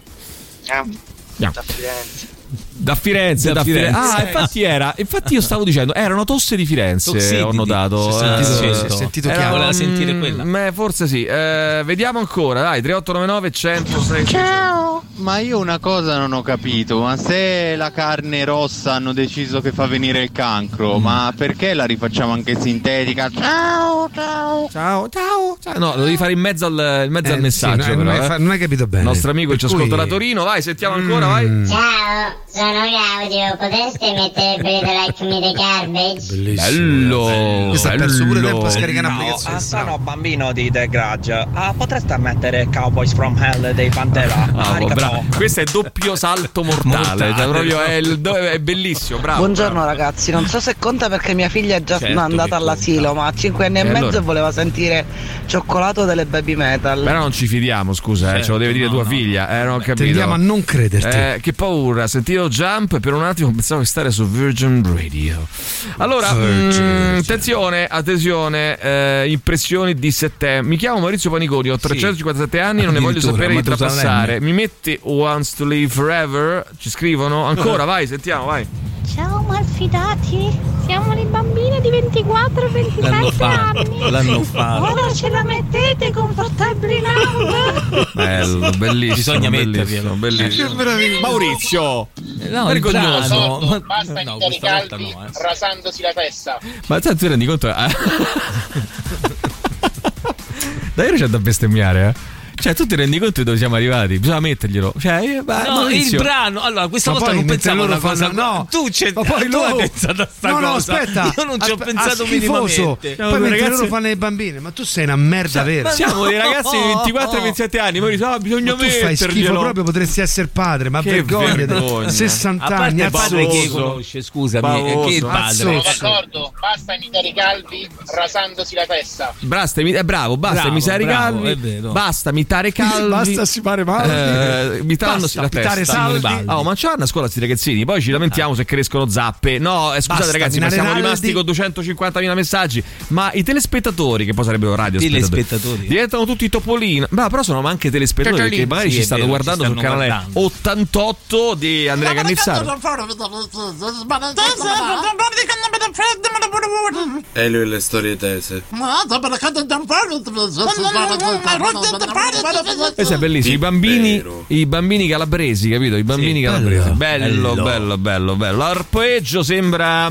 Da Firenze. Infatti io stavo dicendo, erano tosse di Firenze, ho notato. Sentito chiaro, voleva sentire quella. Forse sì. Vediamo ancora, dai, 3899 106. Ciao! Ma io una cosa non ho capito, ma se la carne rossa hanno deciso che fa venire il cancro, ma perché la rifacciamo anche sintetica? Ciao! No, lo devi fare in mezzo al messaggio, sì, però. Non hai capito bene. Il nostro amico che ci ascolta da Torino, vai, sentiamo ancora, vai. Ciao, sono Claudio, potreste mettere Bread Like Me the Garbage? Bello. Questo ha perso pure tempo a scaricare un'applicazione. Sono bambino di The Grudge. Potreste mettere Cowboys from Hell dei Pantera? Bravo. Questo è doppio salto mortale. Cioè, proprio è bellissimo, bravo. Buongiorno ragazzi, non so se conta perché mia figlia è già andata all'asilo, ma a 5 anni e mezzo allora voleva sentire Cioccolato delle Baby Metal. Però non ci fidiamo, scusa, ce lo deve dire tua figlia. Non ho capito. Tendiamo a non crederti. Che paura, sentito Jump e per un attimo pensavo di stare su Virgin Radio. Allora, attenzione, impressioni di settembre. Mi chiamo Maurizio Paniconi, ho 357 anni e non ne voglio sapere di trapassare. Mi metti Wants to Live Forever? Ci scrivono? Ancora, vai, sentiamo, vai. Ciao malfidati, siamo le bambine di 24 e 27 anni. L'hanno fatto. Ora ce la mettete confortabili loud. Bello, bellissimo. Bisogna metterglielo. Bellissimo. Maurizio, vergognoso. Basta incaricarvi rasandosi la testa. Ma tu ti rendi conto? Dai, c'è da bestemmiare, Cioè, tu ti rendi conto di dove siamo arrivati? Bisogna metterglielo. Cioè, il brano. Allora, questa volta non pensavo a una cosa. No, tu hai pensato a sta cosa. No, aspetta. Io non ci ho pensato minimamente. Poi mentre loro fanno le bambine, ma tu sei una merda vera. Siamo dei ragazzi di 24 e 27 anni. Poi bisogna metterglielo. Tu fai schifo proprio, potresti essere padre, ma vergogna. 60 anni, a padre che conosce, scusami, che il padre. Sono d'accordo, basta imitare i calvi rasandosi la testa. Basta imitare i calvi. Basta imitare calvi. Basta si pare male. Imitandosi la testa. Ma c'hanno a scuola sti ragazzini. Poi ci lamentiamo se crescono zappe. No, scusate ragazzi, ma siamo rimasti con 250.000 messaggi. Ma i telespettatori, che poi sarebbero radiospettatori, diventano tutti topolino. Ma però sono anche telespettatori che magari ci stanno guardando sul canale 88 di Andrea Cannizzaro. E lui le storie tese. Questo è bellissimo. I bambini calabresi, capito? I bambini calabresi. Bello. L'arpeggio sembra.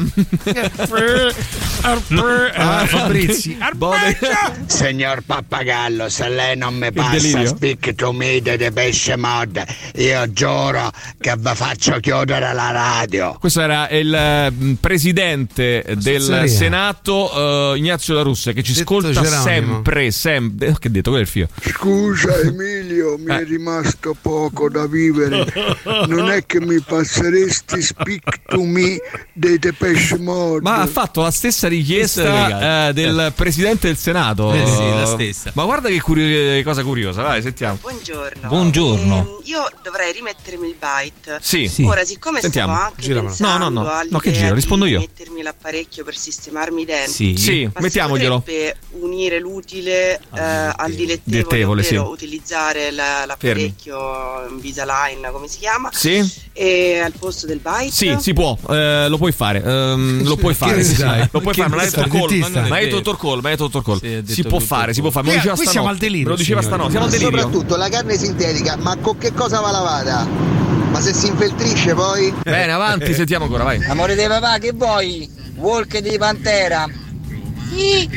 Fabrizi. Signor Pappagallo, se lei non mi passa Speak to Me di Depeche Mode, io giuro che vi faccio chiudere la radio. Questo era il presidente del Senato, Ignazio La Russa, che ci ascolta sempre. Che ha detto? Quello è il figlio. Scusa Emilio, mi è rimasto poco da vivere. Non è che mi passeresti Speak to Me dei Depeche Mode? Ma ha fatto la stessa richiesta del presidente del Senato. Sì, la stessa. Ma guarda che cosa curiosa, vai, sentiamo. Buongiorno. Io dovrei rimettermi il byte. Sì. Ora, siccome sentiamo. stavo anche pensando no, che giro, rispondo io. mettermi l'apparecchio per sistemarmi i denti. Sì, mettiamoglielo. Potrebbe unire l'utile al dilettevole, ovvero utilizzare l'apparecchio Invisalign, come si chiama? Sì. E al posto del byte? Sì, si può, lo puoi fare. Lo puoi fare, lo puoi fare, ma hai dottor Cole. Si può fare. Me lo diceva siamo al delirio. Me lo diceva stanotte. Siamo al delirio. Soprattutto la carne sintetica, ma con che cosa va lavata? Ma se si infeltrisce poi? Bene, avanti, sentiamo ancora, vai. Amore dei papà, che vuoi? Walk di Pantera? Sì,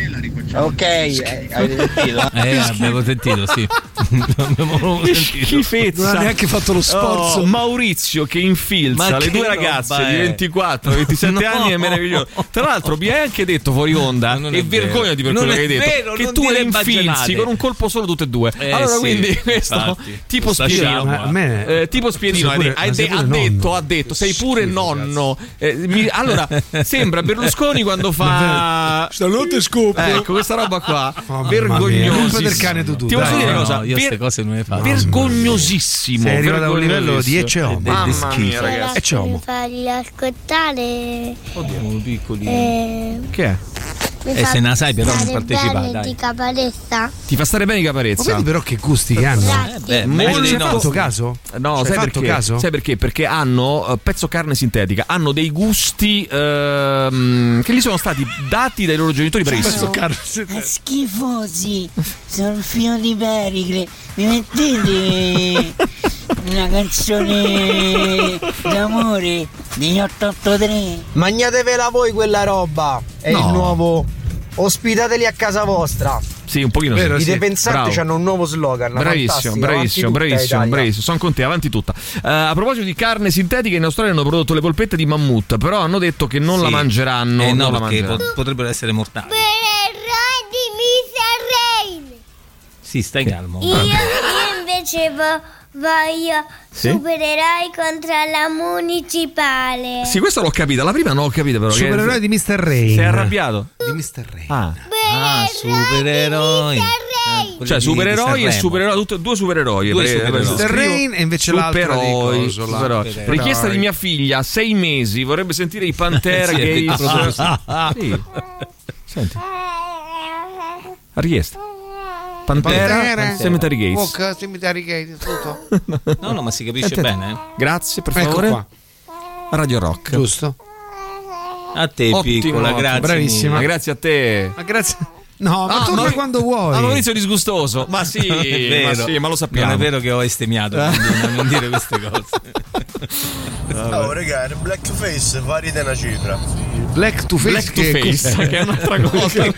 Ok, avete sentito? Abbiamo sentito, sì. Abbiamo Che sentito. schifezza. Non ha neanche fatto lo sforzo. Maurizio che infilza Ma le che due roba ragazze è? di 24, 27 anni è meraviglioso. Tra l'altro mi hai anche detto fuori onda, Non e è vero. vergognati per Non quello è che hai detto, vero, che non tu le dire infilzi baggianate. con un colpo solo tutte e due. Allora sì, quindi questo infatti. tipo Sta Spiedino, scemo, a me- tipo Spiedino sei pure- ha ma sei pure ha detto sei pure nonno. Allora sembra Berlusconi quando fa stanotte scoppio. ecco questa roba qua, Colpa vergognoso del cane tu. Ti posso dire una cosa? Io queste cose non le faccio. Vergognosissimo. Sei arrivato a un livello di Ecce Homo. Mamma mia, ragazzi. Ecce Homo. Fargli ascoltare. Sono piccoli. Che è? Se ne sai però non partecipa, Di dai. Caparezza. Ti fa stare bene i Ma Caparezza? vedi però che gusti che hanno. Molto Ci hai no. fatto caso? No, Ci hai sai fatto perché? caso? Sai perché? Perché hanno pezzo carne sintetica, hanno dei gusti che gli sono stati dati dai loro genitori bravissimi. È schifosi, sono il figlio di Pericle. Mi mettete una canzone d'amore di 883? Magnatevela voi quella roba. È No. il nuovo. Ospitateli a casa vostra. Sì, un pochino Vero, I sì. depensanti Bravo. hanno un nuovo slogan. Bravissimo, fantastico, bravissimo. Sono con te, avanti tutta. A proposito di carne sintetica, in Australia hanno prodotto le polpette di mammut, però hanno detto che non la mangeranno. No, non la perché mangeranno. potrebbero essere mortali. Per errore di Mr. Rain. Sì, stai calmo. Io invece voglio Sì? supereroi contro la municipale. Sì, questo l'ho capita, la prima non l'ho capita però. Supereroe di Mr. Rain. Sei arrabbiato? Di Mr. Rain. Supereroi. Cioè supereroi e supereroi, due supereroi. Due supereroi. Mr. Rain e invece l'altro Supereroi, di coso, là. supereroi. Richiesta di mia figlia, 6 mesi, vorrebbe sentire i Pantera Sì, Gay. proprio Sì. Senti. La richiesta. Pantera Cemetery Gates. Walk Cemetery Gates, tutto. No, ma si capisce bene. Grazie, per Ecco favore. qua. Radio Rock. Giusto. A te, Ottimo, piccola, grazie. bravissima. Ma grazie a te. Ma grazie. No, ma torna quando vuoi. Ah, Maurizio disgustoso. Ma sì, ma lo sappiamo. Non è vero che ho estemmiato, quindi non dire queste cose. Oh, raga, blackface vari da una cifra. Black to face, che è un'altra cosa.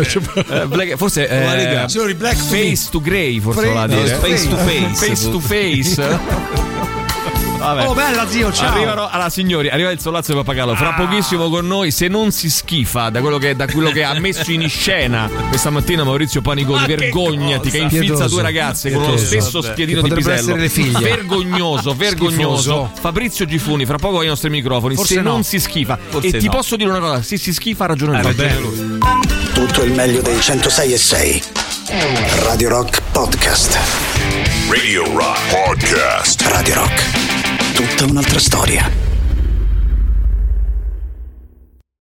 Forse sono i black face to grey, forse la dire. Face to face. Face to face. Vabbè. Oh, bella zio, ciao. Allora, signori, arriva il Sollazzo di Pappagallo. Fra pochissimo con noi, se non si schifa da quello che ha messo in scena questa mattina Maurizio Paniconi. Vergognati che infilza Pietoso. due ragazze con lo stesso spiedino di potrebbero pisello. essere le figlie. Vergognoso. Schifoso. Fabrizio Gifuni, fra poco ai nostri microfoni. Forse se no. non si schifa. Forse e ti no. posso dire una cosa: se si schifa ha ragione lui. Tutto il meglio dei 106.6. Radio Rock Podcast. Radio Rock Podcast. Radio Rock. Tutta un'altra storia.